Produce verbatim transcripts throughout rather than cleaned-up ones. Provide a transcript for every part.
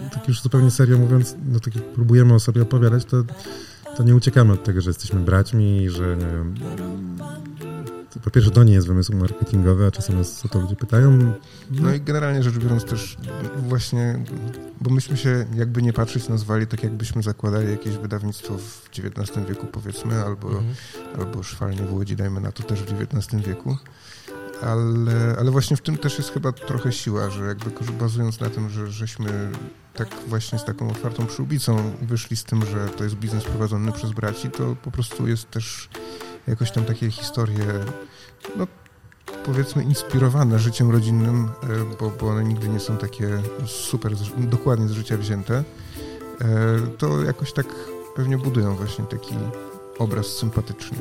tak już zupełnie serio mówiąc, no tak jak próbujemy o sobie opowiadać, to, to nie uciekamy od tego, że jesteśmy braćmi, że nie wiem, po pierwsze to nie jest wymysł marketingowy, a czasem nas o to ludzie pytają. No, no i generalnie rzecz biorąc też właśnie, bo myśmy się jakby nie patrzeć nazwali tak jakbyśmy zakładali jakieś wydawnictwo w dziewiętnastym wieku powiedzmy, albo, mhm. albo szwalnie w Łodzi, dajmy na to też w dziewiętnastym wieku. Ale, ale właśnie w tym też jest chyba trochę siła, że jakby bazując na tym, że żeśmy tak właśnie z taką otwartą przyłbicą wyszli z tym, że to jest biznes prowadzony przez braci, to po prostu jest też jakoś tam takie historie, no powiedzmy inspirowane życiem rodzinnym, bo, bo one nigdy nie są takie super, dokładnie z życia wzięte, to jakoś tak pewnie budują właśnie taki obraz sympatyczny.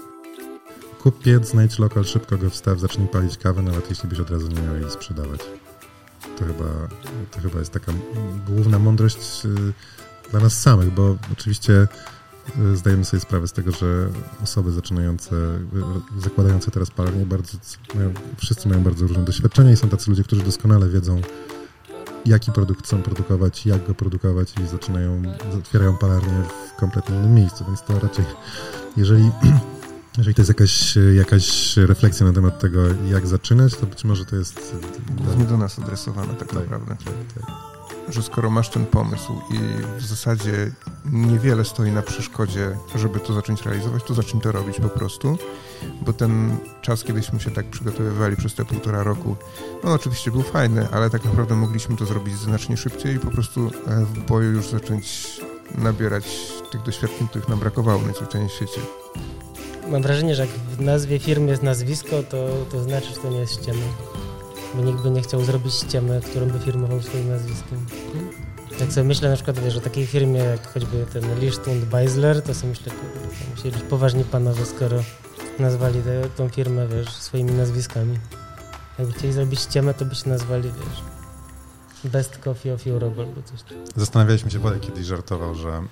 Kup piec, znajdź lokal, szybko go wstaw, zacznij palić kawę, nawet jeśli byś od razu nie miał jej sprzedawać. To chyba, to chyba jest taka główna mądrość dla nas samych, bo oczywiście zdajemy sobie sprawę z tego, że osoby zaczynające, zakładające teraz palarnię, bardzo, mają, wszyscy mają bardzo różne doświadczenia i są tacy ludzie, którzy doskonale wiedzą, jaki produkt chcą produkować, jak go produkować i zaczynają, otwierają palarnię w kompletnie innym miejscu, więc to raczej, jeżeli Jeżeli to jest jakaś, jakaś refleksja na temat tego, jak zaczynać, to być może to jest... Głównie do nas adresowane tak, tak naprawdę. Tak, tak. Że skoro masz ten pomysł i w zasadzie niewiele stoi na przeszkodzie, żeby to zacząć realizować, to zacznij to robić po prostu, bo ten czas, kiedyśmy się tak przygotowywali przez te półtora roku, no oczywiście był fajny, ale tak naprawdę mogliśmy to zrobić znacznie szybciej i po prostu w boju już zacząć nabierać tych doświadczeń, których nam brakowało najzwyczajniej w świecie. Mam wrażenie, że jak w nazwie firmy jest nazwisko, to, to znaczy, że to nie jest ściema. Bo nikt by nie chciał zrobić ściemę, którą by firmował swoim nazwiskiem. Jak sobie myślę na przykład, wiesz, o takiej firmie jak choćby ten Lichtund Beisler, to sobie myślę, to musieli być poważni panowie, skoro nazwali tę tą firmę, wiesz, swoimi nazwiskami. Jakby chcieli zrobić ściemę, to by się nazwali, wiesz, Best Coffee of Europe albo coś tam. Zastanawialiśmy się, Władek kiedyś żartował, że,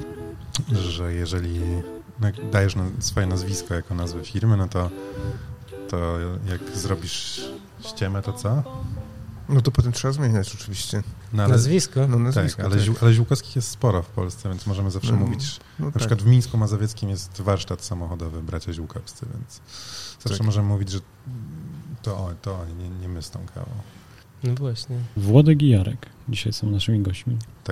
że jeżeli dajesz swoje nazwisko jako nazwę firmy, no to, to jak zrobisz ściemę, to co? No to potem trzeba zmieniać oczywiście. No ale, nazwisko? No nazwisko, tak, ale, tak. ale Ziółkowskich jest sporo w Polsce, więc możemy zawsze no, mówić, no na tak. przykład w Mińsku Mazowieckim jest warsztat samochodowy bracia Ziółkowscy, więc zawsze tak. możemy mówić, że to, to nie, nie my z tą kawą. No właśnie. Włodek i Jarek dzisiaj są naszymi gośćmi. Tak.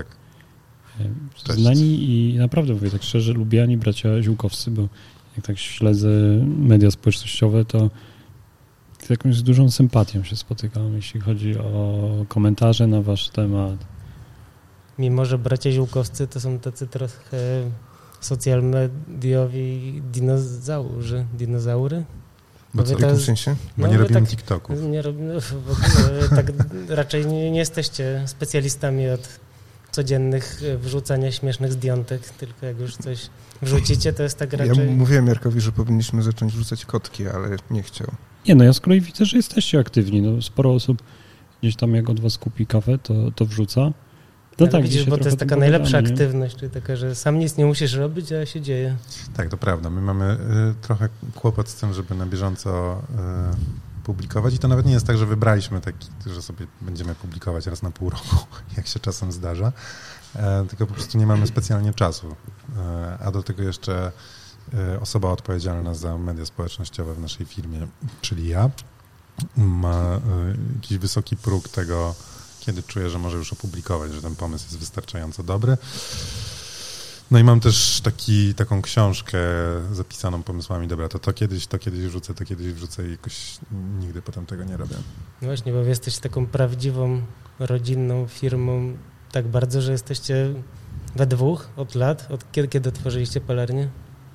Znani i naprawdę mówię tak szczerze, lubiani bracia Ziółkowscy, bo jak tak śledzę media społecznościowe, to z jakąś dużą sympatią się spotykam, jeśli chodzi o komentarze na wasz temat. Mimo że bracia Ziółkowscy to są tacy trochę social mediowi dinozaurzy, dinozaury. Bo co, w jakim sensie? Bo no, nie robimy tak, TikToków. Nie robimy, w ogóle, tak raczej nie, nie jesteście specjalistami od codziennych wrzucania śmiesznych zdjątek, tylko jak już coś wrzucicie, to jest tak raczej... Ja mówiłem Jarkowi, że powinniśmy zacząć wrzucać kotki, ale nie chciał. Nie, no ja z kolei widzę, że jesteście aktywni. No, sporo osób gdzieś tam jak od was kupi kawę, to, to wrzuca. No ale tak, widzisz, bo to jest taka najlepsza aktywność, czyli taka, że sam nic nie musisz robić, a się dzieje. Tak, to prawda. My mamy y, trochę kłopot z tym, żeby na bieżąco y, publikować i to nawet nie jest tak, że wybraliśmy taki, że sobie będziemy publikować raz na pół roku, jak się czasem zdarza, e, tylko po prostu nie mamy specjalnie czasu. E, a do tego jeszcze e, osoba odpowiedzialna za media społecznościowe w naszej firmie, czyli ja, ma e, jakiś wysoki próg tego, kiedy czuję, że może już opublikować, że ten pomysł jest wystarczająco dobry. No i mam też taki, taką książkę zapisaną pomysłami, dobra, to to kiedyś, to kiedyś wrzucę, to kiedyś wrzucę i jakoś nigdy potem tego nie robię. No właśnie, bo wy jesteście taką prawdziwą, rodzinną firmą tak bardzo, że jesteście we dwóch od lat. Od kiedy, kiedy otworzyliście palarnię?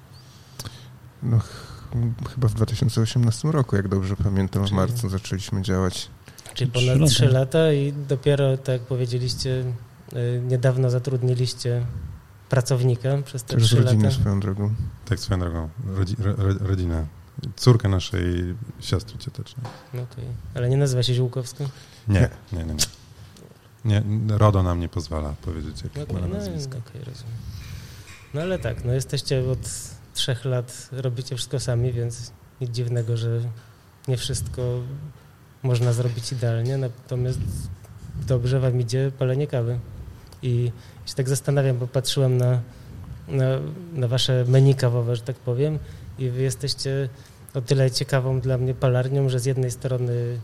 No ch- chyba w dwa tysiące osiemnastym roku, jak dobrze pamiętam, w marcu zaczęliśmy działać. Czyli ponad trzy lata i dopiero, tak jak powiedzieliście, niedawno zatrudniliście pracownika przez te trzy lata. Rodzinę swoją drogą. Tak, swoją drogą. Rodzi, ro, rodzinę. Córkę naszej siostry ciotecznej. Okej. Okay. Ale nie nazywa się Ziółkowska? Nie, nie, nie. nie. nie RODO nam nie pozwala powiedzieć, jakie okay, ma no, nazwisko. Okej, okay, rozumiem. No ale tak, no jesteście od trzech lat, robicie wszystko sami, więc nic dziwnego, że nie wszystko można zrobić idealnie, natomiast dobrze wam idzie palenie kawy. I się tak zastanawiam, bo patrzyłem na, na, na wasze menu kawowe, że tak powiem, i wy jesteście o tyle ciekawą dla mnie palarnią, że z jednej strony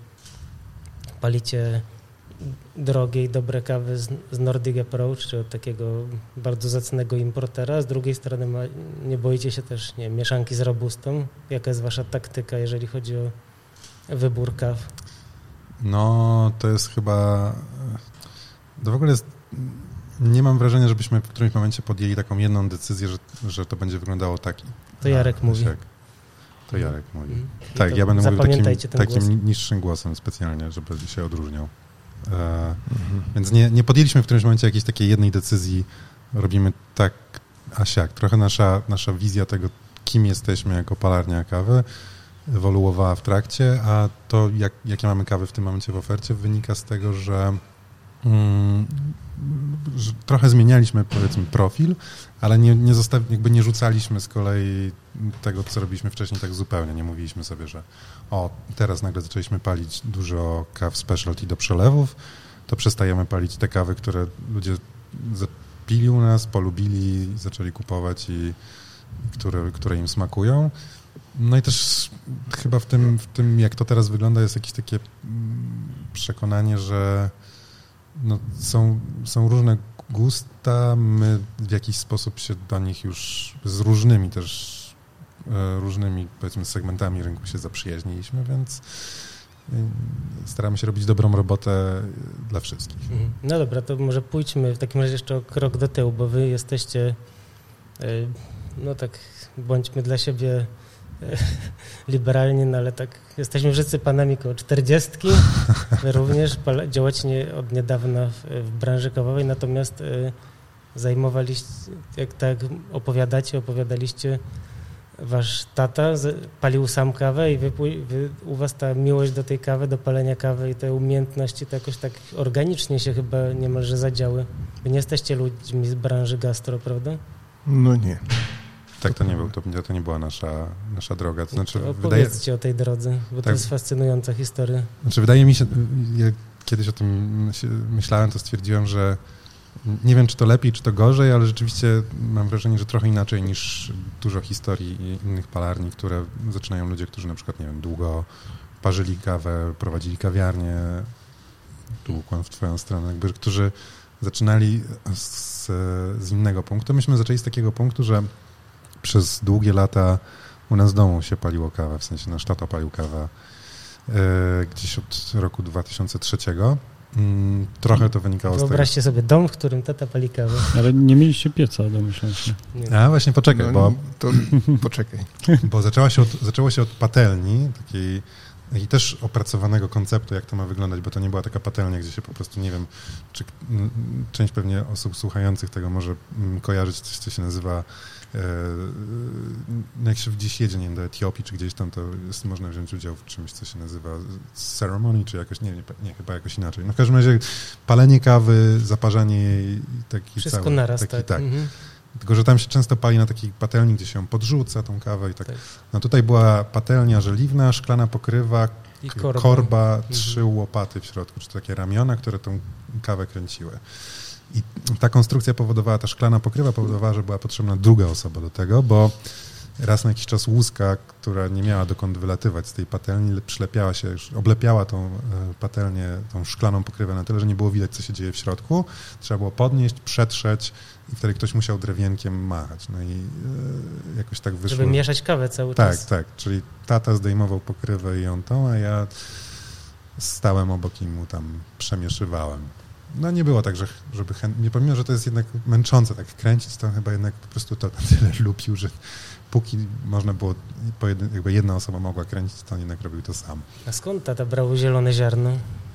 palicie drogie i dobre kawy z, z Nordic Approach, czy od takiego bardzo zacnego importera, z drugiej strony ma, nie boicie się też, nie wiem, mieszanki z robustą. Jaka jest wasza taktyka, jeżeli chodzi o wybór kaw? No, to jest chyba... To w ogóle jest... Nie mam wrażenia, żebyśmy w którymś momencie podjęli taką jedną decyzję, że, że to będzie wyglądało tak. To Jarek A, mówi. Tak. To Jarek mówi. Mm. Tak, ja będę mówił takim, takim głos. niższym głosem specjalnie, żeby się odróżniał. E, mhm. Więc nie, nie podjęliśmy w którymś momencie jakiejś takiej jednej decyzji. Robimy tak, a siak. Trochę nasza, nasza wizja tego, kim jesteśmy jako palarnia kawy, ewoluowała w trakcie, a to, jak, jakie mamy kawy w tym momencie w ofercie, wynika z tego, że, mm, że trochę zmienialiśmy, powiedzmy, profil, ale nie, nie, zostawi, jakby nie rzucaliśmy z kolei tego, co robiliśmy wcześniej tak zupełnie. Nie mówiliśmy sobie, że o, teraz nagle zaczęliśmy palić dużo kaw specialty do przelewów, to przestajemy palić te kawy, które ludzie pili u nas, polubili, zaczęli kupować i które, które im smakują. No i też chyba w tym, w tym, jak to teraz wygląda, jest jakieś takie przekonanie, że no są, są różne gusta, my w jakiś sposób się do nich już z różnymi też, różnymi, powiedzmy, segmentami rynku się zaprzyjaźniliśmy, więc staramy się robić dobrą robotę dla wszystkich. No dobra, to może pójdźmy w takim razie jeszcze o krok do tyłu, bo wy jesteście, no tak, bądźmy dla siebie liberalnie, no ale tak, jesteśmy wszyscy panami koło czterdziestki, wy również działacie nie, od niedawna w, w branży kawowej, natomiast y, zajmowaliście, jak tak opowiadacie, opowiadaliście, wasz tata z, palił sam kawę i wy, wy, u was ta miłość do tej kawy, do palenia kawy i te umiejętności to jakoś tak organicznie się chyba niemalże zadziały. Wy nie jesteście ludźmi z branży gastro, prawda? No nie. Tak, to nie, był, to, to nie była nasza, nasza droga. To znaczy, to opowiedzcie wydaje, o tej drodze, bo tak, to jest fascynująca historia. Znaczy, wydaje mi się, ja kiedyś o tym myślałem, to stwierdziłem, że nie wiem, czy to lepiej, czy to gorzej, ale rzeczywiście mam wrażenie, że trochę inaczej niż dużo historii innych palarni, które zaczynają ludzie, którzy na przykład, nie wiem, długo parzyli kawę, prowadzili kawiarnię, tu ukłon w twoją stronę, jakby, którzy zaczynali z, z innego punktu. Myśmy zaczęli z takiego punktu, że przez długie lata u nas w domu się paliło kawę, w sensie nasz tata palił kawę e, gdzieś od roku dwa tysiące trzeciego. Mm, trochę to wynikało z tego. Wyobraźcie sobie dom, w którym tata pali kawę. Ale nie mieliście pieca, domyślam się. Nie. A właśnie poczekaj, no, bo... To poczekaj. Bo zaczęła się od, zaczęło się od patelni, takiej i też opracowanego konceptu, jak to ma wyglądać, bo to nie była taka patelnia, gdzie się po prostu, nie wiem, czy część pewnie osób słuchających tego może kojarzyć coś, co się nazywa, e, jak się gdzieś jedzie, nie wiem, do Etiopii, czy gdzieś tam, to jest, można wziąć udział w czymś, co się nazywa ceremony, czy jakoś, nie, nie, nie chyba jakoś inaczej. No w każdym razie palenie kawy, zaparzanie jej, taki wszystko cały, naraz, taki, tak. tak. Mhm. Tylko że tam się często pali na takiej patelni, gdzie się ją podrzuca, tą kawę i tak. tak. No tutaj była patelnia żeliwna, szklana pokrywa, I korba, korba mhm. trzy łopaty w środku, czy takie ramiona, które tą kawę kręciły. I ta konstrukcja powodowała, ta szklana pokrywa powodowała, że była potrzebna druga osoba do tego, bo raz na jakiś czas łuska, która nie miała dokąd wylatywać z tej patelni, przylepiała się, już oblepiała tą patelnię, tą szklaną pokrywę na tyle, że nie było widać, co się dzieje w środku. Trzeba było podnieść, przetrzeć i wtedy ktoś musiał drewienkiem machać. No i e, jakoś tak wyszło. Żeby mieszać kawę cały tak, czas. Tak, tak. Czyli tata zdejmował pokrywę i ją tą, a ja stałem obok i mu tam przemieszywałem. No nie było tak, że, żeby chętnie, pomimo, że to jest jednak męczące tak kręcić, to chyba jednak po prostu to na tyle lubił, że póki można było, jakby jedna osoba mogła kręcić, to on jednak robił to sam. A skąd tata brał zielone ziarno?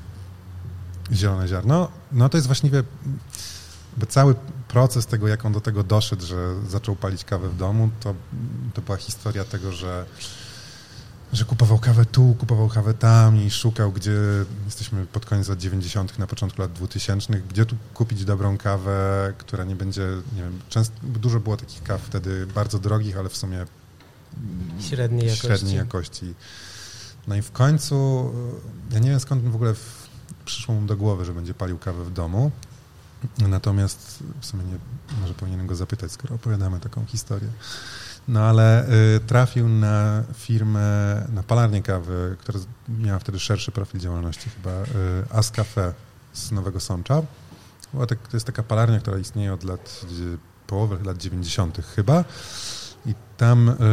Zielone ziarno? No to jest właściwie cały proces tego, jak on do tego doszedł, że zaczął palić kawę w domu, to, to była historia tego, że że kupował kawę tu, kupował kawę tam i szukał, gdzie jesteśmy pod koniec lat dziewięćdziesiątych, na początku lat dwutysięcznych, gdzie tu kupić dobrą kawę, która nie będzie, nie wiem, często, dużo było takich kaw wtedy bardzo drogich, ale w sumie średniej jakości. średniej jakości. No i w końcu, ja nie wiem skąd w ogóle w, przyszło mu do głowy, że będzie palił kawę w domu. Natomiast w sumie nie, może powinienem go zapytać, skoro opowiadamy taką historię. No ale y, trafił na firmę, na palarnię kawy, która miała wtedy szerszy profil działalności, chyba y, As Cafe z Nowego Sącza. Tak, to jest taka palarnia, która istnieje od lat, y, połowy lat dziewięćdziesiątych chyba. I tam y,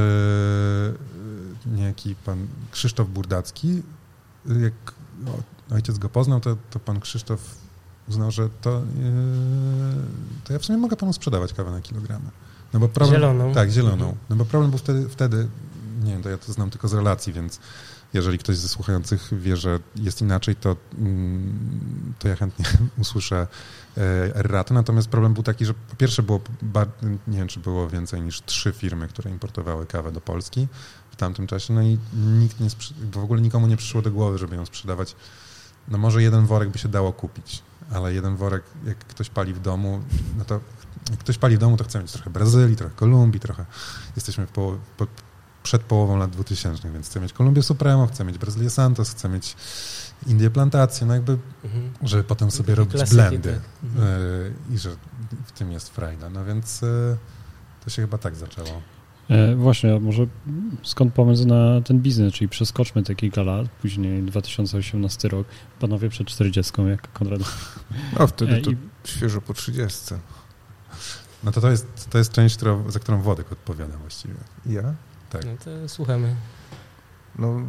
niejaki pan Krzysztof Burdacki, jak ojciec go poznał, to, to pan Krzysztof uznał, że to, yy, to ja w sumie mogę panu sprzedawać kawę na kilogramy. No bo problem, zieloną. Tak, zieloną. No bo problem był wtedy, wtedy, nie wiem, to ja to znam tylko z relacji, więc jeżeli ktoś ze słuchających wie, że jest inaczej, to, mm, to ja chętnie usłyszę e, erratę. Natomiast problem był taki, że po pierwsze było, nie wiem, czy było więcej niż trzy firmy, które importowały kawę do Polski w tamtym czasie, no i nikt nie w ogóle nikomu nie przyszło do głowy, żeby ją sprzedawać. No może jeden worek by się dało kupić, ale jeden worek, jak ktoś pali w domu, no to jak ktoś pali w domu, to chce mieć trochę Brazylii, trochę Kolumbii, trochę... Jesteśmy w połowie, po, przed połową lat dwutysięcznych, więc chcę mieć Kolumbię Supremo, chcę mieć Brazylię Santos, chcę mieć Indię Plantację, no jakby, mhm. żeby potem sobie robić Klasyki, blendy tak. mhm. y, i że w tym jest frajda. No więc y, to się chyba tak zaczęło. E, właśnie, a może skąd pomysł na ten biznes, czyli przeskoczmy te kilka lat, później dwa tysiące osiemnasty rok, panowie przed czterdziestką, jak Konrad. No wtedy e, to i... świeżo po trzydziestce. No to to jest, to jest część, która, za którą Włodek odpowiada właściwie. Ja? Tak. No to słuchamy. No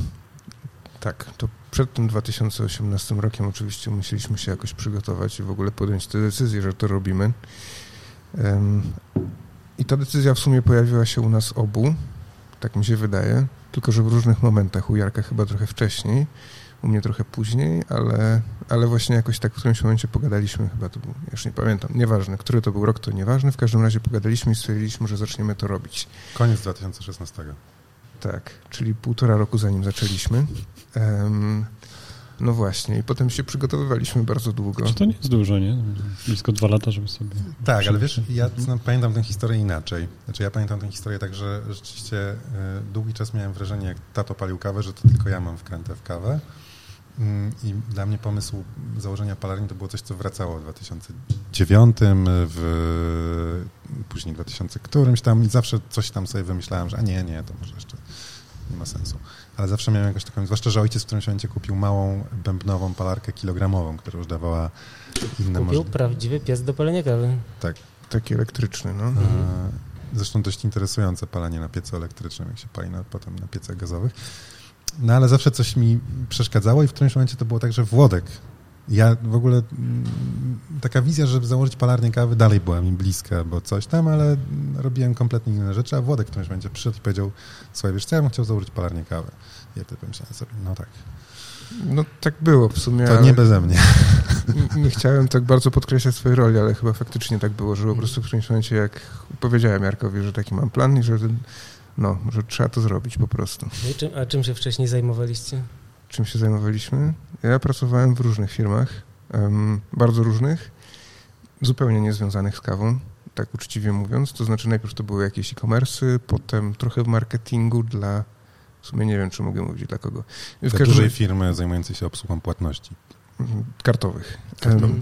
tak, to przed tym dwa tysiące osiemnastym rokiem oczywiście musieliśmy się jakoś przygotować i w ogóle podjąć tę decyzję, że to robimy. Um, I ta decyzja w sumie pojawiła się u nas obu, tak mi się wydaje, tylko że w różnych momentach. U Jarka chyba trochę wcześniej, u mnie trochę później, ale, ale właśnie jakoś tak w którymś momencie pogadaliśmy, chyba to był, już nie pamiętam, nieważne, który to był rok, to nieważne, w każdym razie pogadaliśmy i stwierdziliśmy, że zaczniemy to robić. Koniec dwa tysiące szesnastego. Tak, czyli półtora roku zanim zaczęliśmy. Um, no właśnie, i potem się przygotowywaliśmy bardzo długo. Czy to nie jest dużo, nie? Blisko dwa lata, żeby sobie... Tak, ale wiesz, ja no, pamiętam tę historię inaczej. Znaczy ja pamiętam tę historię tak, że rzeczywiście y, długi czas miałem wrażenie, jak tato palił kawę, że to tylko ja mam wkrętę w kawę. Y, I dla mnie pomysł założenia palarni to było coś, co wracało w dwa tysiące dziewiątym, w później dwa tysiące którymś tam i zawsze coś tam sobie wymyślałem, że a nie, nie, to może jeszcze nie ma sensu. Ale zawsze miałem jakoś taką, zwłaszcza, że ojciec w którymś momencie kupił małą, bębnową palarkę kilogramową, która już dawała inne możliwości. Kupił prawdziwy piec do palenia kawy. Tak. Taki elektryczny, no. Mhm. Zresztą dość interesujące palenie na piecu elektrycznym, jak się pali na, potem na piecach gazowych. No ale zawsze coś mi przeszkadzało i w którymś momencie to było tak, że Włodek, ja w ogóle taka wizja, żeby założyć palarnię kawy dalej była mi bliska, bo coś tam, ale robiłem kompletnie inne rzeczy, a Włodek w którymś momencie przyszedł i powiedział, słuchaj, wiesz co, ja bym chciał założyć palarnię kawy. Ja wtedy pomyślałem sobie, no tak. No tak było w sumie. To nie beze mnie. Nie chciałem tak bardzo podkreślać swojej roli, ale chyba faktycznie tak było, że po prostu w którymś momencie, jak powiedziałem Jarkowi, że taki mam plan i że no, że trzeba to zrobić po prostu. I czym, a czym się wcześniej zajmowaliście? Czym się zajmowaliśmy? Ja pracowałem w różnych firmach, um, bardzo różnych, zupełnie niezwiązanych z kawą, tak uczciwie mówiąc. To znaczy najpierw to były jakieś e-commerce'y, potem trochę w marketingu dla, w sumie nie wiem, czy mogę mówić dla kogo. W dla dużej firmy zajmującej się obsługą płatności. Kartowych. Um,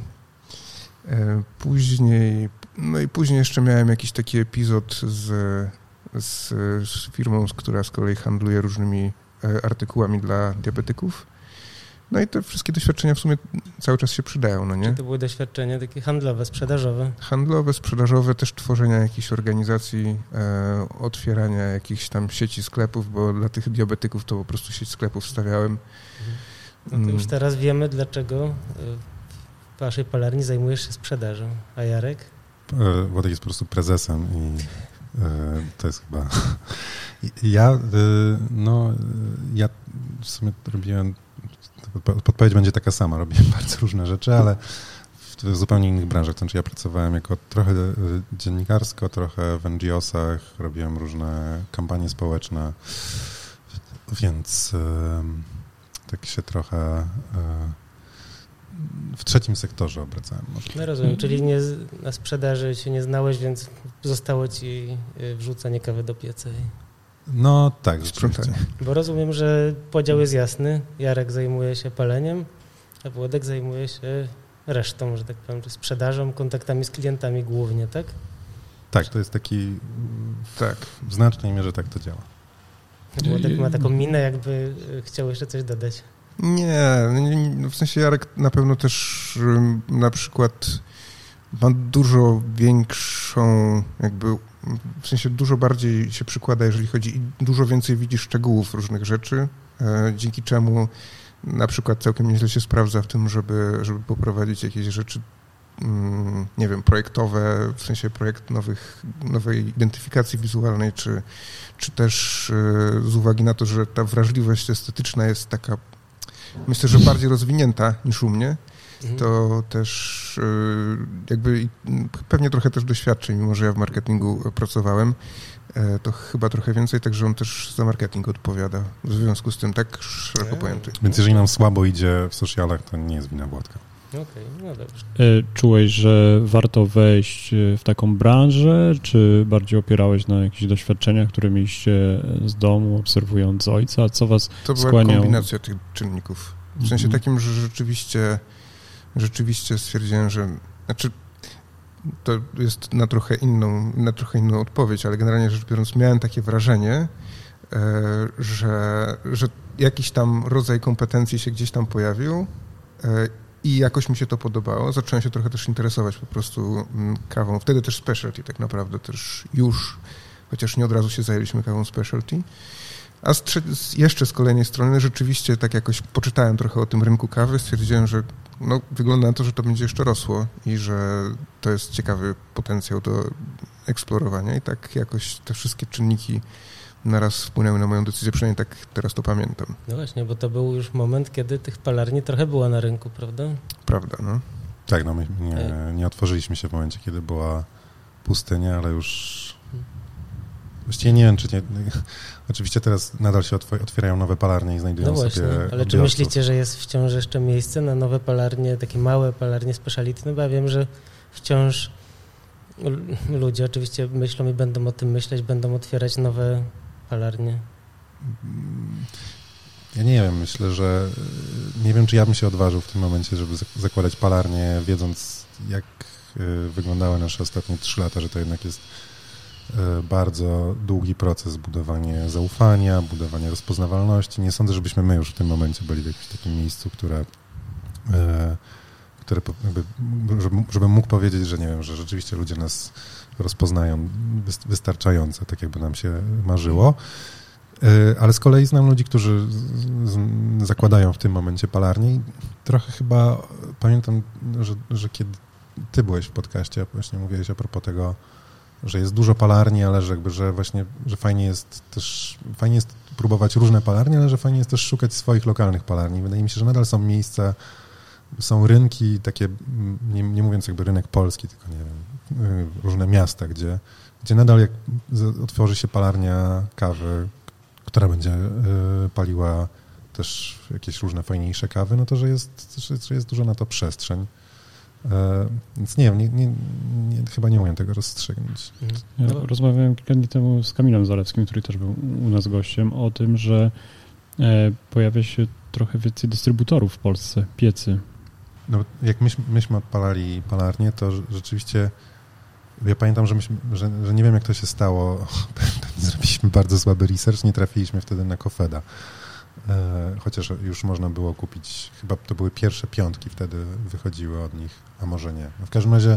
później, no i później jeszcze miałem jakiś taki epizod z, z, z firmą, która z kolei handluje różnymi artykułami dla diabetyków. No i te wszystkie doświadczenia w sumie cały czas się przydają, no nie? Czy to były doświadczenia takie handlowe, sprzedażowe? Handlowe, sprzedażowe, też tworzenia jakichś organizacji, e, otwierania jakichś tam sieci sklepów, bo dla tych diabetyków to po prostu sieć sklepów stawiałem. No to już teraz wiemy, dlaczego w waszej palarni zajmujesz się sprzedażą. A Jarek? Władek jest po prostu prezesem i to jest chyba... Ja, no, ja w sumie robiłem, podpowiedź będzie taka sama, robiłem bardzo różne rzeczy, ale w zupełnie innych branżach. To znaczy ja pracowałem jako trochę dziennikarsko, trochę w en dżi osach, robiłem różne kampanie społeczne, więc tak się trochę w trzecim sektorze obracałem. Może. No rozumiem, czyli nie, na sprzedaży się nie znałeś, więc zostało ci wrzucanie kawy do pieca. No tak, rzeczywiście. Bo rozumiem, że podział jest jasny. Jarek zajmuje się paleniem, a Włodek zajmuje się resztą, że tak powiem, czy sprzedażą, kontaktami z klientami głównie, tak? Tak, to jest taki, tak, w znacznej mierze tak to działa. Włodek ma taką minę, jakby chciał jeszcze coś dodać. Nie, w sensie Jarek na pewno też na przykład ma dużo większą, jakby w sensie dużo bardziej się przykłada, jeżeli chodzi i dużo więcej widzi szczegółów różnych rzeczy, dzięki czemu na przykład całkiem nieźle się sprawdza w tym, żeby, żeby poprowadzić jakieś rzeczy, nie wiem, projektowe, w sensie projekt nowych, nowej identyfikacji wizualnej, czy, czy też z uwagi na to, że ta wrażliwość estetyczna jest taka, myślę, że bardziej rozwinięta niż u mnie, to też jakby pewnie trochę też doświadczeń, mimo że ja w marketingu pracowałem, to chyba trochę więcej, także on też za marketing odpowiada. W związku z tym tak szeroko pojęty. Więc jeżeli nam słabo idzie w socialach, to nie jest wina Włodka. Okej, okay, no dobrze. Czułeś, że warto wejść w taką branżę, czy bardziej opierałeś na jakichś doświadczeniach, które mieliście z domu, obserwując ojca? Co was To była skłaniało? Kombinacja tych czynników. W sensie takim, że rzeczywiście rzeczywiście stwierdziłem, że znaczy to jest na trochę inną, na trochę inną odpowiedź, ale generalnie rzecz biorąc miałem takie wrażenie, że, że jakiś tam rodzaj kompetencji się gdzieś tam pojawił i jakoś mi się to podobało. Zacząłem się trochę też interesować po prostu kawą. Wtedy też specialty tak naprawdę też już, chociaż nie od razu się zajęliśmy kawą specialty. A z, z, jeszcze z kolejnej strony rzeczywiście tak jakoś poczytałem trochę o tym rynku kawy, stwierdziłem, że no, wygląda na to, że to będzie jeszcze rosło i że to jest ciekawy potencjał do eksplorowania i tak jakoś te wszystkie czynniki naraz wpłynęły na moją decyzję, przynajmniej tak teraz to pamiętam. No właśnie, bo to był już moment, kiedy tych palarni trochę było na rynku, prawda? Prawda, no. Tak, no my nie, nie otworzyliśmy się w momencie, kiedy była pustynia, ale już właściwie nie wiem, czy nie... Oczywiście teraz nadal się otwierają nowe palarnie i znajdują no właśnie, sobie ale odbiorców. Czy myślicie, że jest wciąż jeszcze miejsce na nowe palarnie, takie małe palarnie speciality? No bo ja wiem, że wciąż ludzie oczywiście myślą i będą o tym myśleć, będą otwierać nowe palarnie. Ja nie wiem, myślę, że nie wiem, czy ja bym się odważył w tym momencie, żeby zakładać palarnię, wiedząc, jak wyglądały nasze ostatnie trzy lata, że to jednak jest bardzo długi proces, budowanie zaufania, budowanie rozpoznawalności. Nie sądzę, żebyśmy my już w tym momencie byli w jakimś takim miejscu, które, które jakby, żebym mógł powiedzieć, że nie wiem, że rzeczywiście ludzie nas rozpoznają wystarczająco, tak jakby nam się marzyło. Ale z kolei znam ludzi, którzy zakładają w tym momencie palarnię i trochę chyba pamiętam, że, że kiedy ty byłeś w podcaście, właśnie mówiłeś a propos tego, że jest dużo palarni, ale że jakby, że właśnie, że fajnie jest też, fajnie jest próbować różne palarnie, ale że fajnie jest też szukać swoich lokalnych palarni. Wydaje mi się, że nadal są miejsca, są rynki takie, nie, nie mówiąc jakby rynek polski, tylko nie wiem, różne miasta, gdzie, gdzie nadal jak otworzy się palarnia kawy, która będzie y, paliła też jakieś różne fajniejsze kawy, no to, że jest, że, że jest dużo na to przestrzeń. E, więc nie wiem, nie, nie, nie, chyba nie umiem tego rozstrzygnąć. Ja rozmawiałem kilka dni temu z Kamilem Zalewskim, który też był u nas gościem, o tym, że e, pojawia się trochę więcej dystrybutorów w Polsce, piecy. No, jak myśmy, myśmy odpalali palarnię, to rzeczywiście ja pamiętam, że, myśmy, że, że nie wiem, jak to się stało. Zrobiliśmy bardzo słaby research, nie trafiliśmy wtedy na Kofeda. E, chociaż już można było kupić, chyba to były pierwsze piątki wtedy wychodziły od nich, a może nie. No w każdym razie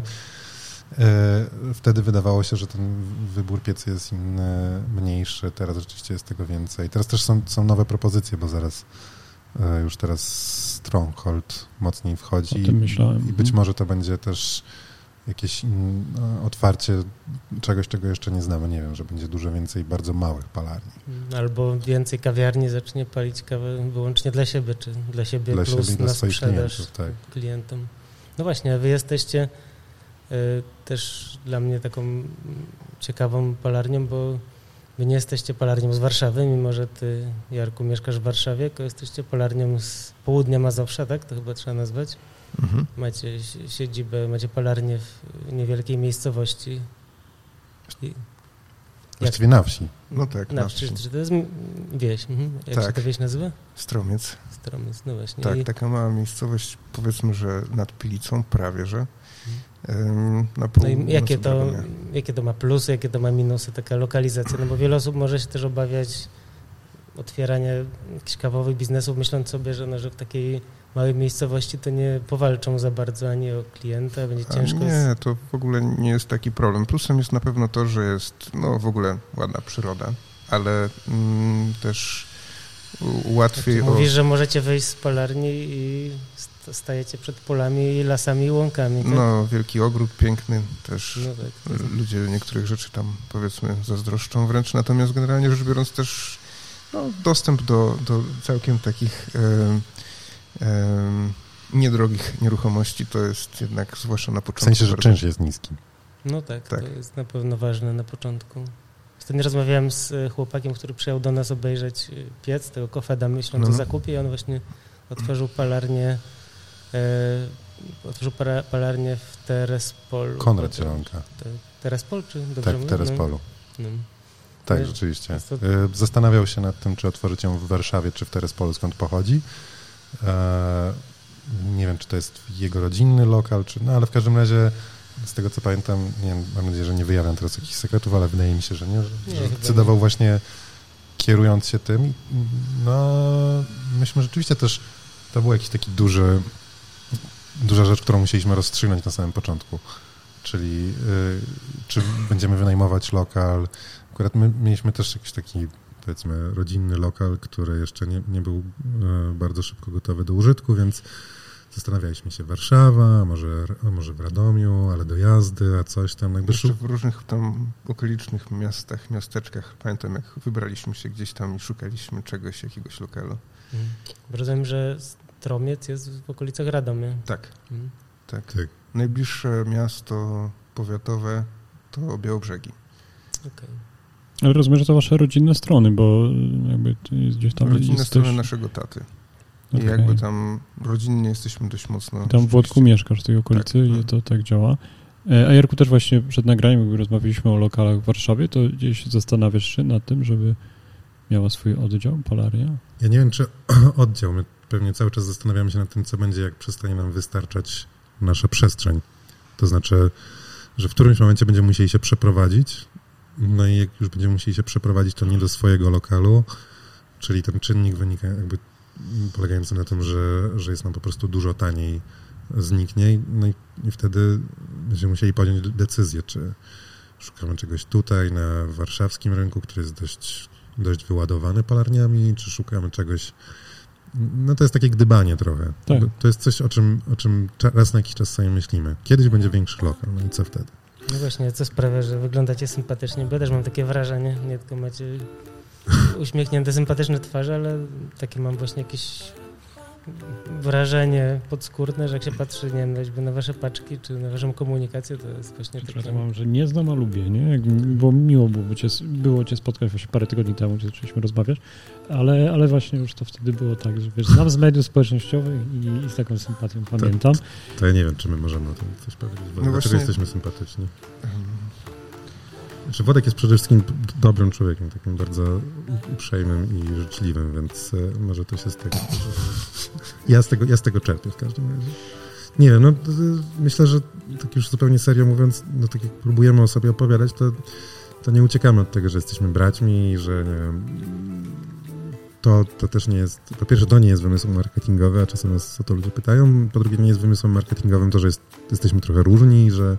e, wtedy wydawało się, że ten wybór piecy jest inny, mniejszy, teraz rzeczywiście jest tego więcej. Teraz też są, są nowe propozycje, bo zaraz e, już teraz Stronghold mocniej wchodzi o tym myślałem. I być może to będzie też jakieś in, no, otwarcie czegoś, czego jeszcze nie znamy. Nie wiem, że będzie dużo więcej bardzo małych palarni. Albo więcej kawiarni zacznie palić kawę wyłącznie dla siebie, czy dla siebie dla plus siebie, na swoich sprzedaż klientów, tak. klientom. No właśnie, wy jesteście y, też dla mnie taką ciekawą palarnią, bo wy nie jesteście palarnią z Warszawy, mimo że ty, Jarku, mieszkasz w Warszawie, tylko jesteście palarnią z południa Mazowsza, tak? To chyba trzeba nazwać. Mhm. Macie siedzibę, macie palarnię w niewielkiej miejscowości. I... Właściwie na wsi. No tak, na na wsi. wsi. Czy, czy to jest wieś? Mhm. Jak Tak. się ta wieś nazywa? Stromiec. Stromiec, no właśnie. Tak, I... taka mała miejscowość, powiedzmy, że nad Pilicą, prawie, że. Ym, na pół, No i jakie na to, Zabrania. jakie to ma plusy, jakie to ma minusy, taka lokalizacja? No bo wiele osób może się też obawiać otwierania jakichś kawowych biznesów, myśląc sobie, że, no, że w takiej małej miejscowości to nie powalczą za bardzo ani o klienta, będzie A ciężko. nie, jest... to w ogóle nie jest taki problem. Plusem jest na pewno to, że jest no w ogóle ładna przyroda, ale mm, też u- łatwiej Znaczy, o... mówisz, że możecie wyjść z polarni i st- stajecie przed polami, lasami i łąkami, tak? No, wielki ogród piękny, też No tak, to- ludzie niektórych rzeczy tam, powiedzmy, zazdroszczą wręcz, natomiast generalnie rzecz biorąc też no, dostęp do, do całkiem takich em, em, niedrogich nieruchomości to jest jednak, zwłaszcza na W początku... sensie, że bardzo- czynsz jest niski. No tak, Tak. to jest na pewno ważne na początku. Ostatnio rozmawiałem z e, chłopakiem, który przyjechał do nas obejrzeć e, piec, tego Kofeda, myśląc No, o no. zakupie i on właśnie otworzył palarnię e, otworzył para, palarnię w Terespolu. Konrad Te- Zielonka. te- Terespol, czy dobrze Tak, mówię? w Terespolu. No, no. Tak, Wiesz, rzeczywiście. jest to- Y, Zastanawiał się nad tym, czy otworzyć ją w Warszawie, czy w Terespolu, skąd pochodzi. E, Nie wiem, czy to jest jego rodzinny lokal, czy... No, ale w każdym razie, z tego co pamiętam, nie wiem, mam nadzieję, że nie wyjawiam teraz jakichś sekretów, ale wydaje mi się, że nie, że, Nie, że chyba decydował nie. właśnie kierując się tym. I, No, myśmy rzeczywiście też... To był jakiś taki duży... Duża rzecz, którą musieliśmy rozstrzygnąć na samym początku. Czyli y, czy będziemy wynajmować lokal. Akurat my mieliśmy też jakiś taki, powiedzmy, rodzinny lokal, który jeszcze nie, nie był y, bardzo szybko gotowy do użytku, więc zastanawialiśmy się Warszawa, a może, a może w Radomiu, ale do jazdy, a coś tam. Jakby Jeszcze szu- w różnych tam okolicznych miastach, miasteczkach. Pamiętam, jak wybraliśmy się gdzieś tam i szukaliśmy czegoś, jakiegoś lokalu. Mhm. Rozumiem, że Stromiec jest w okolicach Radomia. Tak, Mhm. tak. Tak. Najbliższe miasto powiatowe to Białobrzegi. Okej. Ale rozumiem, że to wasze rodzinne strony, bo jakby to jest gdzieś tam... Rodzinne jest strony też- naszego taty. Okej. I jakby tam rodzinnie jesteśmy dość mocno... Tam w Włodku mieszkasz w tej okolicy Tak. i to tak działa. E, A Jarku, też właśnie przed nagraniem, jak rozmawialiśmy o lokalach w Warszawie, to gdzieś zastanawiasz się nad tym, żeby miała swój oddział, Polaria? Ja nie wiem, czy oddział. My pewnie cały czas zastanawiamy się nad tym, co będzie, jak przestanie nam wystarczać nasza przestrzeń. To znaczy, że w którymś momencie będziemy musieli się przeprowadzić, no i jak już będziemy musieli się przeprowadzić, to nie do swojego lokalu, czyli ten czynnik wynika jakby polegający na tym, że, że jest nam po prostu dużo taniej, zniknie, no i, i wtedy będziemy musieli podjąć decyzję, czy szukamy czegoś tutaj na warszawskim rynku, który jest dość, dość wyładowany palarniami, czy szukamy czegoś. No to jest takie gdybanie trochę. Tak. To jest coś, o czym, o czym cza- raz na jakiś czas sobie myślimy. Kiedyś będzie większy lokal, no i co wtedy? No właśnie, co sprawia, że wyglądacie sympatycznie, bo ja też mam takie wrażenie, nie tylko macie uśmiechnięte, sympatyczne twarze, ale takie mam właśnie jakieś wrażenie podskórne, że jak się patrzy, nie wiem, choćby na wasze paczki, czy na waszą komunikację, to jest właśnie takie... Ja mam, że nie znam, a lubię, nie? Jak, bo miło było cię, było cię spotkać właśnie parę tygodni temu, gdzie zaczęliśmy rozmawiać, ale, ale właśnie już to wtedy było tak, że wiesz, znam z mediów społecznościowych i, i z taką sympatią pamiętam. To ja nie wiem, czy my możemy o tym coś powiedzieć. Bo No dlaczego właśnie- jesteśmy sympatyczni? Znaczy, Wodek jest przede wszystkim d- dobrym człowiekiem, takim bardzo uprzejmym i życzliwym, więc e, może to się z tego... Ja z tego, ja z tego czerpię w każdym razie. Nie wiem, no to, to myślę, że tak już zupełnie serio mówiąc, no tak jak próbujemy o sobie opowiadać, to, to nie uciekamy od tego, że jesteśmy braćmi i że nie wiem, to, to też nie jest, po pierwsze to nie jest wymysł marketingowy, a czasem nas o to ludzie pytają, po drugie nie jest wymysłem marketingowym to, że jest, jesteśmy trochę różni, że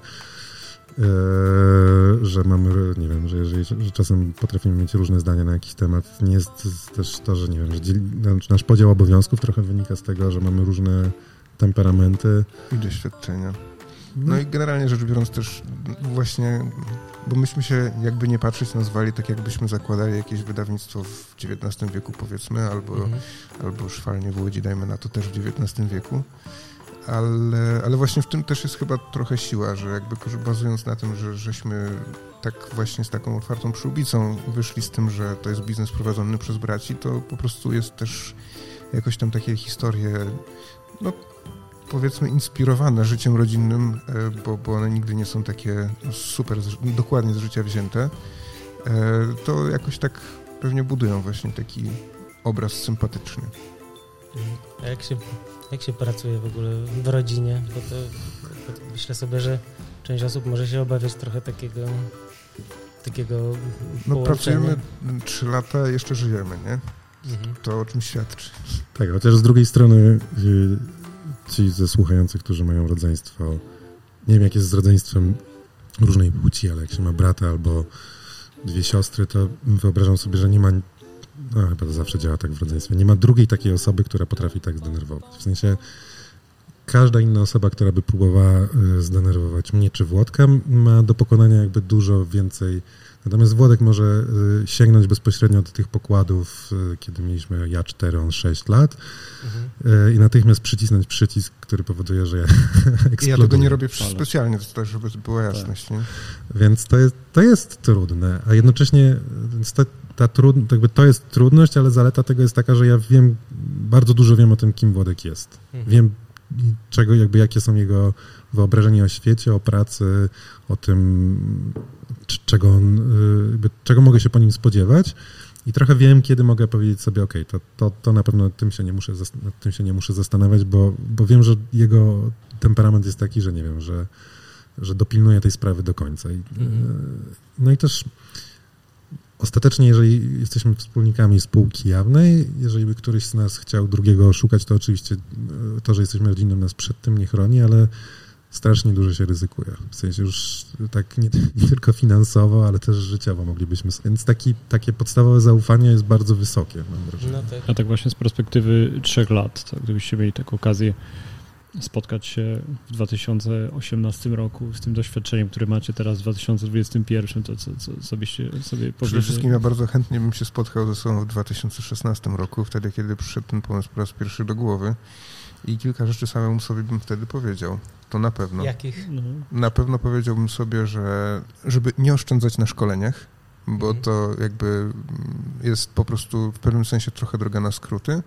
Yy, że mamy, nie wiem, że, że, że czasem potrafimy mieć różne zdania na jakiś temat. Nie jest też to, że nie wiem, że dzieli, nasz podział obowiązków trochę wynika z tego, że mamy różne temperamenty. I doświadczenia. No i generalnie rzecz biorąc też właśnie, bo myśmy się jakby nie patrzeć nazwali tak jakbyśmy zakładali jakieś wydawnictwo w dziewiętnastym wieku powiedzmy, albo, Mhm. albo szwalnie w Łodzi, dajmy na to też w dziewiętnastym wieku. Ale, ale właśnie w tym też jest chyba trochę siła, że jakby bazując na tym, że żeśmy tak właśnie z taką otwartą przyłbicą wyszli z tym, że to jest biznes prowadzony przez braci, to po prostu jest też jakoś tam takie historie, no powiedzmy inspirowane życiem rodzinnym, bo, bo one nigdy nie są takie super z, dokładnie z życia wzięte. to jakoś tak pewnie budują właśnie taki obraz sympatyczny. A jak się, jak się pracuje w ogóle w rodzinie? Bo to, bo to myślę sobie, że część osób może się obawiać trochę takiego takiego No połączenia. pracujemy trzy lata, jeszcze żyjemy, nie? Mhm. To o czym świadczy. Tak, chociaż z drugiej strony y, ci ze słuchających, którzy mają rodzeństwo, nie wiem jak jest z rodzeństwem różnej płci, ale jak się ma brata albo dwie siostry, to wyobrażam sobie, że nie ma, no chyba to zawsze działa tak w rodzeństwie, nie ma drugiej takiej osoby, która potrafi tak zdenerwować. W sensie każda inna osoba, która by próbowała y, zdenerwować mnie czy Włodka, ma do pokonania jakby dużo więcej. Natomiast Włodek może y, sięgnąć bezpośrednio do tych pokładów, y, kiedy mieliśmy ja cztery, on sześć lat mhm. y, i natychmiast przycisnąć przycisk, który powoduje, że ja eksploduję. Ja tego nie robię specjalnie, to też, żeby była jasność. Tak. Nie? Więc to jest, to jest trudne, a jednocześnie więc ta, ta trud, jakby to jest trudność, ale zaleta tego jest taka, że ja wiem, bardzo dużo wiem o tym, kim Włodek jest. Mhm. Wiem, czego, jakby jakie są jego wyobrażenia o świecie, o pracy, o tym, czego, on, jakby, czego mogę się po nim spodziewać i trochę wiem, kiedy mogę powiedzieć sobie, okej, okay, to, to, to na pewno tym się nie muszę, nad tym się nie muszę zastanawiać, bo, bo wiem, że jego temperament jest taki, że nie wiem, że, że dopilnuje tej sprawy do końca. I, mhm. No i też ostatecznie, jeżeli jesteśmy wspólnikami spółki jawnej, jeżeli by któryś z nas chciał drugiego oszukać, to oczywiście to, że jesteśmy rodziną, nas przed tym nie chroni, ale strasznie dużo się ryzykuje. W sensie już tak nie, nie tylko finansowo, ale też życiowo moglibyśmy. Więc taki, takie podstawowe zaufanie jest bardzo wysokie, mam wrażenie. No tak. A tak właśnie z perspektywy trzech lat, to gdybyście mieli taką okazję spotkać się w dwa tysiące osiemnastym roku z tym doświadczeniem, które macie teraz w dwa tysiące dwudziestym pierwszym, to co, co, co byście sobie powiedzieli? Przede wszystkim ja bardzo chętnie bym się spotkał ze sobą w dwa tysiące szesnastym roku, wtedy, kiedy przyszedł ten pomysł po raz pierwszy do głowy i kilka rzeczy samemu sobie bym wtedy powiedział. To na pewno. Jakich? No. Na pewno powiedziałbym sobie, że żeby nie oszczędzać na szkoleniach, bo mhm. to jakby jest po prostu w pewnym sensie trochę droga na skróty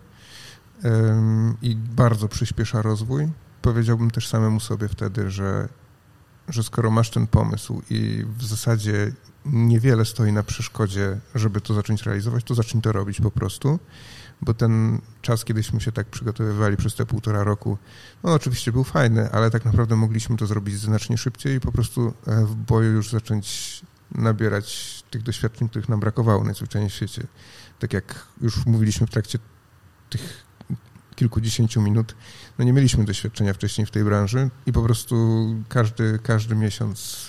um, i bardzo przyspiesza rozwój. Powiedziałbym też samemu sobie wtedy, że, że skoro masz ten pomysł i w zasadzie niewiele stoi na przeszkodzie, żeby to zacząć realizować, to zacznij to robić po prostu. Bo ten czas, kiedyśmy się tak przygotowywali przez te półtora roku, no oczywiście był fajny, ale tak naprawdę mogliśmy to zrobić znacznie szybciej i po prostu w boju już zacząć nabierać tych doświadczeń, których nam brakowało najzwyczajniej w świecie. Tak jak już mówiliśmy w trakcie tych kilkudziesięciu minut, no nie mieliśmy doświadczenia wcześniej w tej branży i po prostu każdy, każdy miesiąc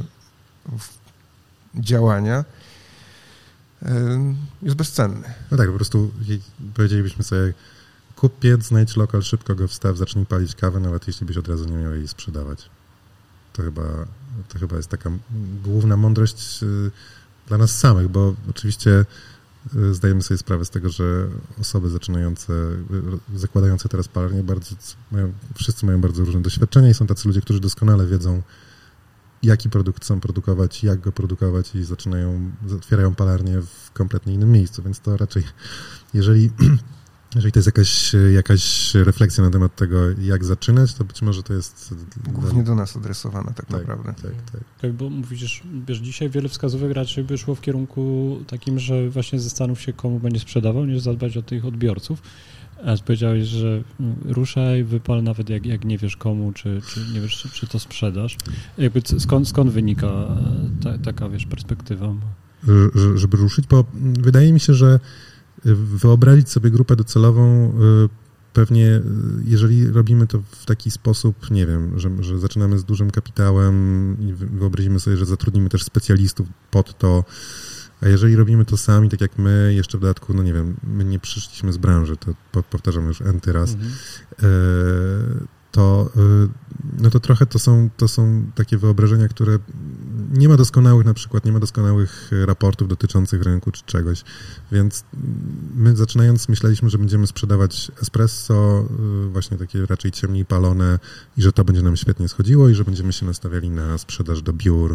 działania jest bezcenny. No tak, po prostu powiedzielibyśmy sobie, kup piec, znajdź lokal, szybko go wstaw, zacznij palić kawę, nawet jeśli byś od razu nie miał jej sprzedawać. To chyba, to chyba jest taka główna mądrość dla nas samych, bo oczywiście zdajemy sobie sprawę z tego, że osoby zaczynające, zakładające teraz palarnię, bardzo mają, wszyscy mają bardzo różne doświadczenia i są tacy ludzie, którzy doskonale wiedzą, jaki produkt chcą produkować, jak go produkować i zaczynają, otwierają palarnię w kompletnie innym miejscu, więc to raczej, jeżeli, jeżeli to jest jakaś, jakaś refleksja na temat tego, jak zaczynać, to być może to jest... Głównie do nas adresowana tak, tak naprawdę. Tak, tak. Tak, bo mówisz, wiesz, dzisiaj wiele wskazówek raczej by szło w kierunku takim, że właśnie zastanów się, komu będziesz sprzedawał, niż zadbać o tych odbiorców. A powiedziałeś, że ruszaj, wypal nawet jak, jak nie wiesz komu, czy, czy nie wiesz, czy, czy to sprzedasz. Jakby skąd, skąd wynika ta, taka, wiesz, perspektywa? Że, żeby ruszyć, bo wydaje mi się, że wyobrazić sobie grupę docelową pewnie, jeżeli robimy to w taki sposób, nie wiem, że, że zaczynamy z dużym kapitałem i wyobrazimy sobie, że zatrudnimy też specjalistów pod to, a jeżeli robimy to sami, tak jak my, jeszcze w dodatku, no nie wiem, my nie przyszliśmy z branży, to powtarzam już enty raz, mhm. to, no to trochę to są, to są takie wyobrażenia, które nie ma doskonałych, na przykład nie ma doskonałych raportów dotyczących rynku czy czegoś, więc my zaczynając myśleliśmy, że będziemy sprzedawać espresso, właśnie takie raczej ciemniej palone i że to będzie nam świetnie schodziło i że będziemy się nastawiali na sprzedaż do biur,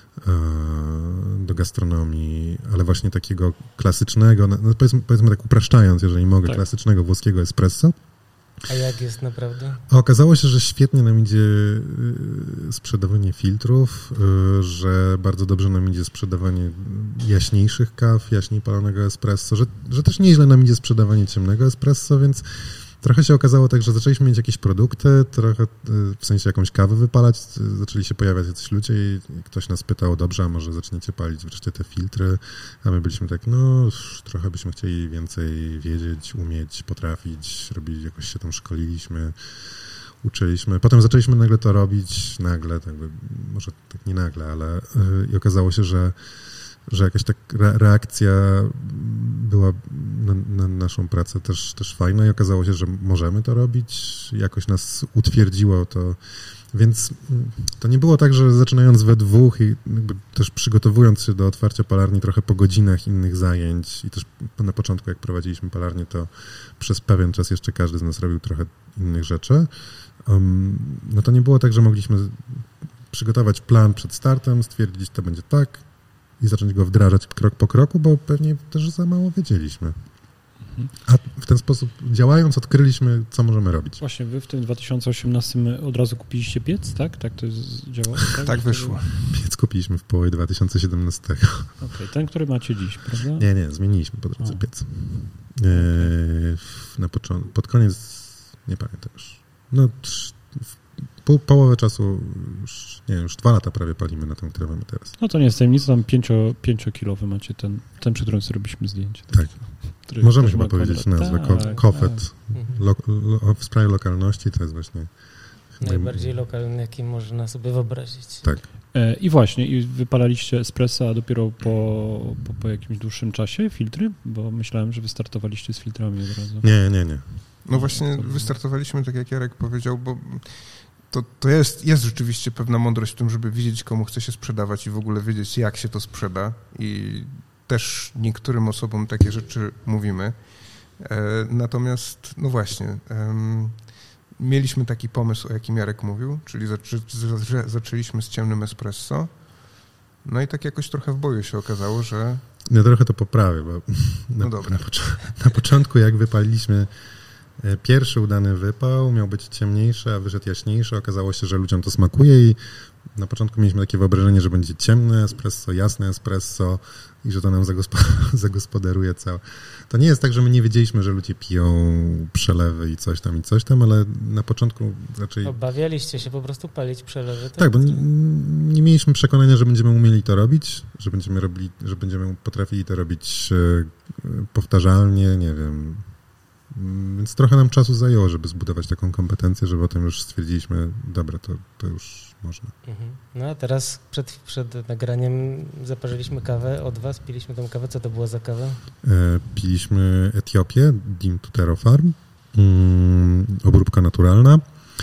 do gastronomii, ale właśnie takiego klasycznego, no powiedzmy, powiedzmy tak upraszczając, jeżeli mogę, tak. klasycznego włoskiego espresso. A jak jest naprawdę? A okazało się, że świetnie nam idzie sprzedawanie filtrów, że bardzo dobrze nam idzie sprzedawanie jaśniejszych kaw, jaśniej palonego espresso, że, że też nieźle nam idzie sprzedawanie ciemnego espresso, więc trochę się okazało tak, że zaczęliśmy mieć jakieś produkty, trochę w sensie jakąś kawę wypalać, zaczęli się pojawiać jacyś ludzie i ktoś nas pytał, dobrze, a może zaczniecie palić wreszcie te filtry, a my byliśmy tak, no trochę byśmy chcieli więcej wiedzieć, umieć, potrafić, robić, jakoś się tam szkoliliśmy, uczyliśmy. Potem zaczęliśmy nagle to robić, nagle, tak by, może tak nie nagle, ale yy, i okazało się, że że jakaś tak reakcja była na, na naszą pracę też, też fajna i okazało się, że możemy to robić, jakoś nas utwierdziło to, więc to nie było tak, że zaczynając we dwóch i jakby też przygotowując się do otwarcia palarni trochę po godzinach innych zajęć i też na początku jak prowadziliśmy palarnię, to przez pewien czas jeszcze każdy z nas robił trochę innych rzeczy, um, no to nie było tak, że mogliśmy przygotować plan przed startem, stwierdzić, to będzie tak, i zacząć go wdrażać krok po kroku, bo pewnie też za mało wiedzieliśmy. A w ten sposób działając odkryliśmy, co możemy robić. Właśnie, wy w tym dwa tysiące osiemnastym od razu kupiliście piec, tak? Tak to jest działało? Tak, tak wyszło. Piec kupiliśmy w połowie dwa tysiące siedemnastego. Okej, okay, ten, który macie dziś, prawda? Nie, nie, zmieniliśmy po drodze A. piec. E, na początku, pod koniec, nie pamiętam już, no pół, połowę czasu, już, nie wiem, już dwa lata prawie palimy na tym, który mamy teraz. No to nie jest tajemnica, tam pięcio, pięciokilowy macie ten, ten, przy którym zrobiliśmy zdjęcie. Tak. Który Możemy chyba powiedzieć nazwę. Tak, Kofet. Tak. Lo, lo, w sprawie lokalności to jest właśnie... Najbardziej lokalny, jaki można sobie wyobrazić. Tak. E, I właśnie, i wypalaliście espresso, a dopiero po, po, po jakimś dłuższym czasie filtry? Bo myślałem, że wystartowaliście z filtrami od razu. Nie, nie, nie. No właśnie wystartowaliśmy, tak jak Jarek powiedział, bo to, to jest, jest rzeczywiście pewna mądrość w tym, żeby wiedzieć, komu chce się sprzedawać i w ogóle wiedzieć, jak się to sprzeda. I też niektórym osobom takie rzeczy mówimy. E, natomiast, no właśnie, em, mieliśmy taki pomysł, o jakim Jarek mówił, czyli zaczę, zaczę, zaczęliśmy z ciemnym espresso. No i tak jakoś trochę w boju się okazało, że... Ja trochę to poprawię, bo na, no dobra. na, na początku jak wypaliliśmy pierwszy udany wypał, miał być ciemniejszy, a wyszedł jaśniejszy. Okazało się, że ludziom to smakuje i na początku mieliśmy takie wyobrażenie, że będzie ciemne espresso, jasne espresso i że to nam zagospo- zagospodaruje całe. To nie jest tak, że my nie wiedzieliśmy, że ludzie piją przelewy i coś tam i coś tam, ale na początku raczej... Obawialiście się po prostu palić przelewy? Tak, tak bo nie, nie mieliśmy przekonania, że będziemy umieli to robić, że będziemy robili, że będziemy potrafili to robić powtarzalnie, nie wiem... Więc trochę nam czasu zajęło, żeby zbudować taką kompetencję, że potem już stwierdziliśmy, dobra, to, to już można. Mhm. No a teraz przed, przed nagraniem zaparzyliśmy kawę od was, piliśmy tą kawę. Co to było za kawę? E, piliśmy Etiopię, Dim Tutero Farm, mm, obróbka naturalna.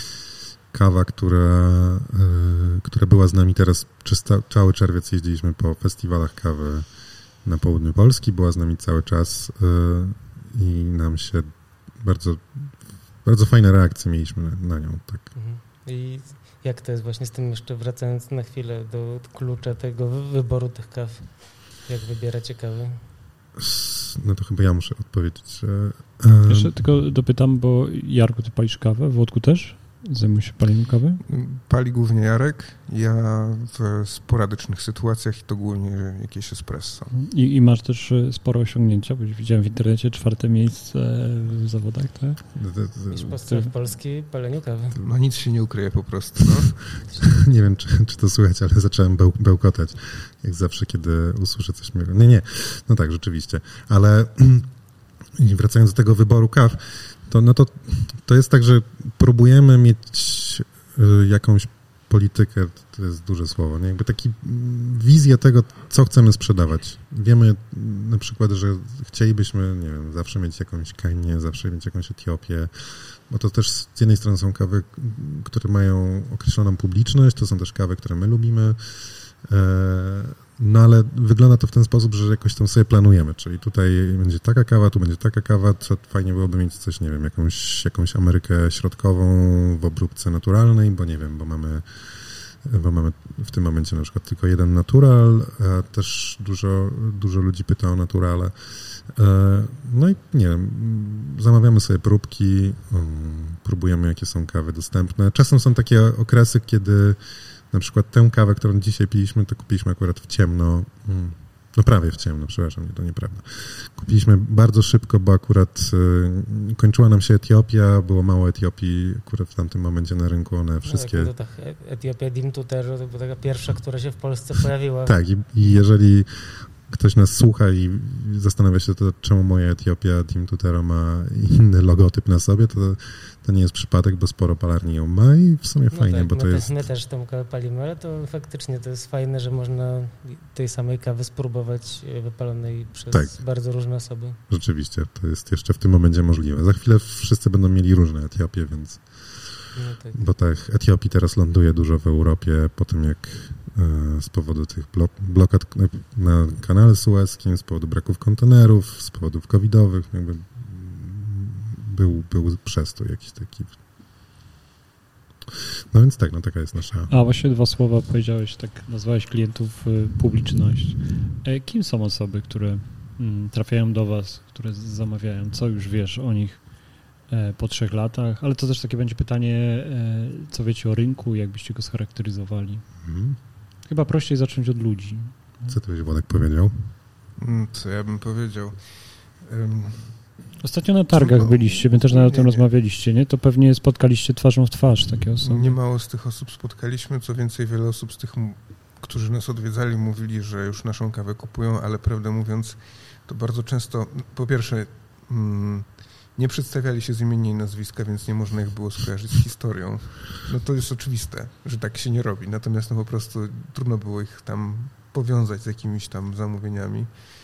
Kawa, która, e, która była z nami teraz przez ca- cały czerwiec jeździliśmy po festiwalach kawy na południu Polski, była z nami cały czas e, i nam się bardzo, bardzo fajne reakcje mieliśmy na, na nią. Tak. Mhm. I jak to jest właśnie z tym, jeszcze wracając na chwilę do klucza tego wyboru tych kaw? Jak wybieracie kawy? No to chyba ja muszę odpowiedzieć. Że, um... Jeszcze tylko dopytam, bo Jarku, ty palisz kawę, Włodku też? Zajmujesz się paleniem kawy? Pali głównie Jarek, ja w sporadycznych sytuacjach i to głównie jakieś espresso. I, i masz też sporo osiągnięcia, bo widziałem w internecie czwarte miejsce w zawodach, tak? Mistrz Polski w Polski paleniu kawy. No nic się nie ukryje po prostu. No. Nie wiem, czy, czy to słychać, ale zacząłem beł, bełkotać, jak zawsze, kiedy usłyszę coś miłego. Nie, nie, no tak, rzeczywiście, ale wracając do tego wyboru kaw, to, no to, to jest tak, że próbujemy mieć y, jakąś politykę, to jest duże słowo, nie? Jakby taki wizję tego, co chcemy sprzedawać. Wiemy na przykład, że chcielibyśmy, nie wiem, zawsze mieć jakąś Kenię, zawsze mieć jakąś Etiopię, bo to też z jednej strony są kawy, które mają określoną publiczność, to są też kawy, które my lubimy, no ale wygląda to w ten sposób, że jakoś tam sobie planujemy, czyli tutaj będzie taka kawa, tu będzie taka kawa, to fajnie byłoby mieć coś, nie wiem, jakąś, jakąś Amerykę Środkową w obróbce naturalnej, bo nie wiem, bo mamy bo mamy w tym momencie na przykład tylko jeden natural, a też dużo, dużo ludzi pyta o naturale. No i nie wiem, zamawiamy sobie próbki, próbujemy, jakie są kawy dostępne. Czasem są takie okresy, kiedy na przykład tę kawę, którą dzisiaj piliśmy, to kupiliśmy akurat w ciemno, no prawie w ciemno, przepraszam, nie, to nieprawda. Kupiliśmy bardzo szybko, bo akurat y, kończyła nam się Etiopia, było mało Etiopii akurat w tamtym momencie na rynku, one wszystkie... No, to tak, Etiopia Dim Tutero to była taka pierwsza, która się w Polsce pojawiła. Tak, i, i jeżeli ktoś nas słucha i zastanawia się, to czemu moja Etiopia Dim Tutero ma inny logotyp na sobie, to, to nie jest przypadek, bo sporo palarni ją ma i w sumie no fajnie, tak, bo my to te, jest... My też tą kawę palimy, ale to faktycznie to jest fajne, że można tej samej kawy spróbować wypalonej przez tak. bardzo różne osoby. Rzeczywiście, to jest jeszcze w tym momencie możliwe. Za chwilę wszyscy będą mieli różne Etiopie, więc... No tak. Bo tak, Etiopii teraz ląduje dużo w Europie po tym, jak e, z powodu tych blok, blokad na, na kanale sueskim, z powodu braków kontenerów, z powodów covidowych, jakby był, był przestój jakiś taki. No więc tak, no taka jest nasza... A właśnie dwa słowa powiedziałeś, tak nazwałeś klientów y, publiczność. E, kim są osoby, które mm, trafiają do was, które zamawiają? Co już wiesz o nich po trzech latach, ale to też takie będzie pytanie, co wiecie o rynku, jakbyście go scharakteryzowali. Mhm. Chyba prościej zacząć od ludzi. Co ty byś, Władek, powiedział? Co ja bym powiedział? Um, Ostatnio na targach Trudno. byliście, my też na tym rozmawialiście, nie? To pewnie spotkaliście twarzą w twarz takie osoby. Niemało z tych osób spotkaliśmy, co więcej, wiele osób z tych, którzy nas odwiedzali, mówili, że już naszą kawę kupują, ale prawdę mówiąc, to bardzo często, po pierwsze, mm, nie przedstawiali się z imienia i nazwiska, więc nie można ich było skojarzyć z historią. No to jest oczywiste, że tak się nie robi. Natomiast no po prostu trudno było ich tam powiązać z jakimiś tam zamówieniami.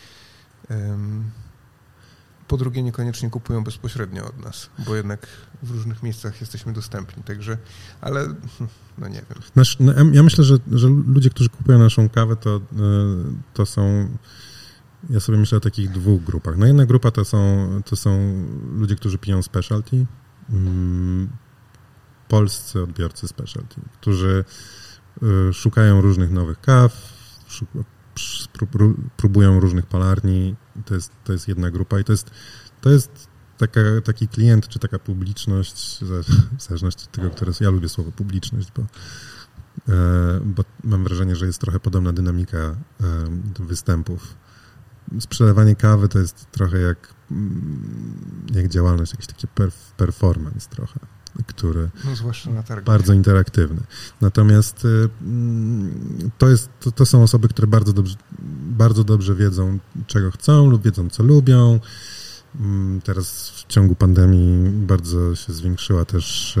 Um, po drugie, niekoniecznie kupują bezpośrednio od nas, bo jednak w różnych miejscach jesteśmy dostępni, także, ale no nie wiem. Nasz, no, ja myślę, że, że ludzie, którzy kupują naszą kawę, to, to są... Ja sobie myślę o takich dwóch grupach. No jedna grupa to są, to są ludzie, którzy piją specialty, mm, polscy odbiorcy specialty, którzy y, szukają różnych nowych kaw, szuk, pró, próbują różnych palarni. To jest, to jest jedna grupa i to jest, to jest taka, taki klient, czy taka publiczność, w zależności od tego, które ja lubię słowo publiczność, bo, e, bo mam wrażenie, że jest trochę podobna dynamika e, występów. Sprzedawanie kawy to jest trochę jak, jak działalność, jakiś taki performance trochę, który no, zwłaszcza na targach. Bardzo interaktywny. Natomiast to, jest, to, to są osoby, które bardzo dobrze, bardzo dobrze wiedzą, czego chcą lub wiedzą, co lubią. Teraz w ciągu pandemii bardzo się zwiększyła też,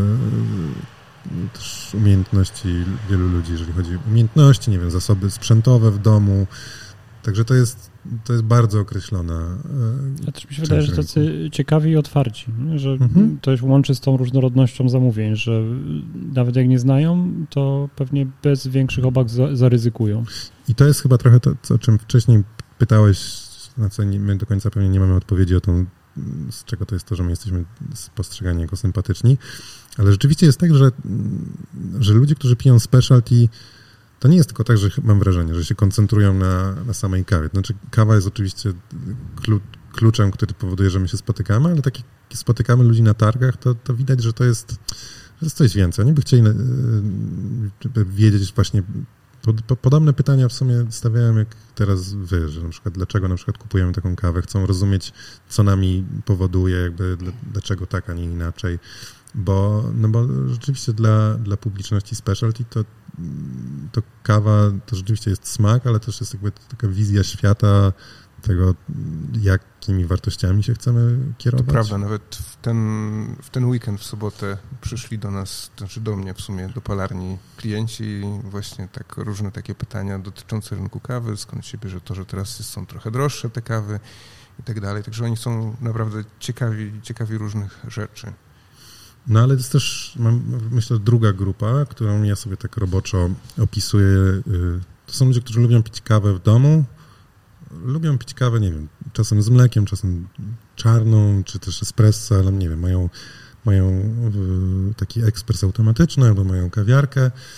też umiejętności wielu ludzi, jeżeli chodzi o umiejętności, nie wiem, zasoby sprzętowe w domu. Także to jest, to jest bardzo określona. Ja też mi się wydaje, że tacy ciekawi i otwarci, że mhm. to się łączy z tą różnorodnością zamówień, że nawet jak nie znają, to pewnie bez większych obaw za, zaryzykują. I to jest chyba trochę to, o czym wcześniej pytałeś, na co my do końca pewnie nie mamy odpowiedzi o tą, z czego to jest to, że my jesteśmy postrzegani jako sympatyczni, ale rzeczywiście jest tak, że, że ludzie, którzy piją specialty, to nie jest tylko tak, że mam wrażenie, że się koncentrują na, na samej kawie. Znaczy kawa jest oczywiście klu, kluczem, który powoduje, że my się spotykamy, ale tak jak spotykamy ludzi na targach, to, to widać, że to jest, że jest coś więcej. Oni by chcieli yy, wiedzieć właśnie, pod, po, podobne pytania w sumie stawiałem jak teraz wy, że na przykład dlaczego na przykład kupujemy taką kawę, chcą rozumieć, co nami powoduje, jakby dlaczego tak, a nie inaczej. Bo, no bo rzeczywiście dla, dla publiczności specialty to, to kawa to rzeczywiście jest smak, ale też jest jakby taka wizja świata tego, jakimi wartościami się chcemy kierować. To prawda, nawet w ten, w ten weekend, w sobotę przyszli do nas, znaczy do mnie w sumie, do palarni klienci właśnie tak różne takie pytania dotyczące rynku kawy, skąd się bierze to, że teraz są trochę droższe te kawy i tak dalej. Także oni są naprawdę ciekawi, ciekawi różnych rzeczy. No ale jest też, mam, myślę, druga grupa, którą ja sobie tak roboczo opisuję. To są ludzie, którzy lubią pić kawę w domu, lubią pić kawę, nie wiem, czasem z mlekiem, czasem czarną, czy też espresso, ale nie wiem, mają, mają taki ekspres automatyczny albo mają kawiarkę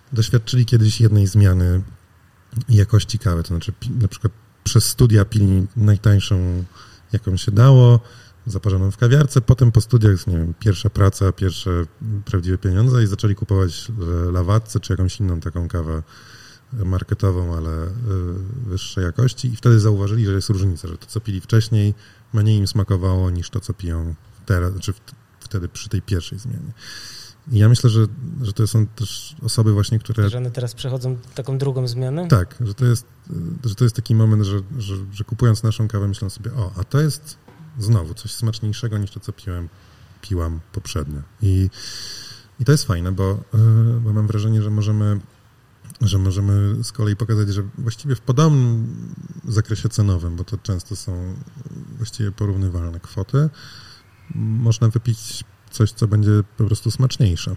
doświadczyli kiedyś jednej zmiany jakości kawy, to znaczy na przykład przez studia pili najtańszą, jaką się dało, zaparzoną w kawiarce, potem po studiach, nie wiem, pierwsza praca, pierwsze prawdziwe pieniądze i zaczęli kupować Lawatce czy jakąś inną taką kawę marketową, ale wyższej jakości i wtedy zauważyli, że jest różnica, że to, co pili wcześniej, mniej im smakowało niż to, co piją teraz, czy wtedy przy tej pierwszej zmianie. I ja myślę, że, że to są też osoby właśnie, które... Że one teraz przechodzą taką drugą zmianę? Tak, że to jest, że to jest taki moment, że, że, że kupując naszą kawę myślą sobie, o, a to jest znowu coś smaczniejszego niż to, co piłem, piłam poprzednio. I, i to jest fajne, bo, bo mam wrażenie, że możemy, że możemy z kolei pokazać, że właściwie w podobnym zakresie cenowym, bo to często są właściwie porównywalne kwoty, można wypić coś, co będzie po prostu smaczniejsze.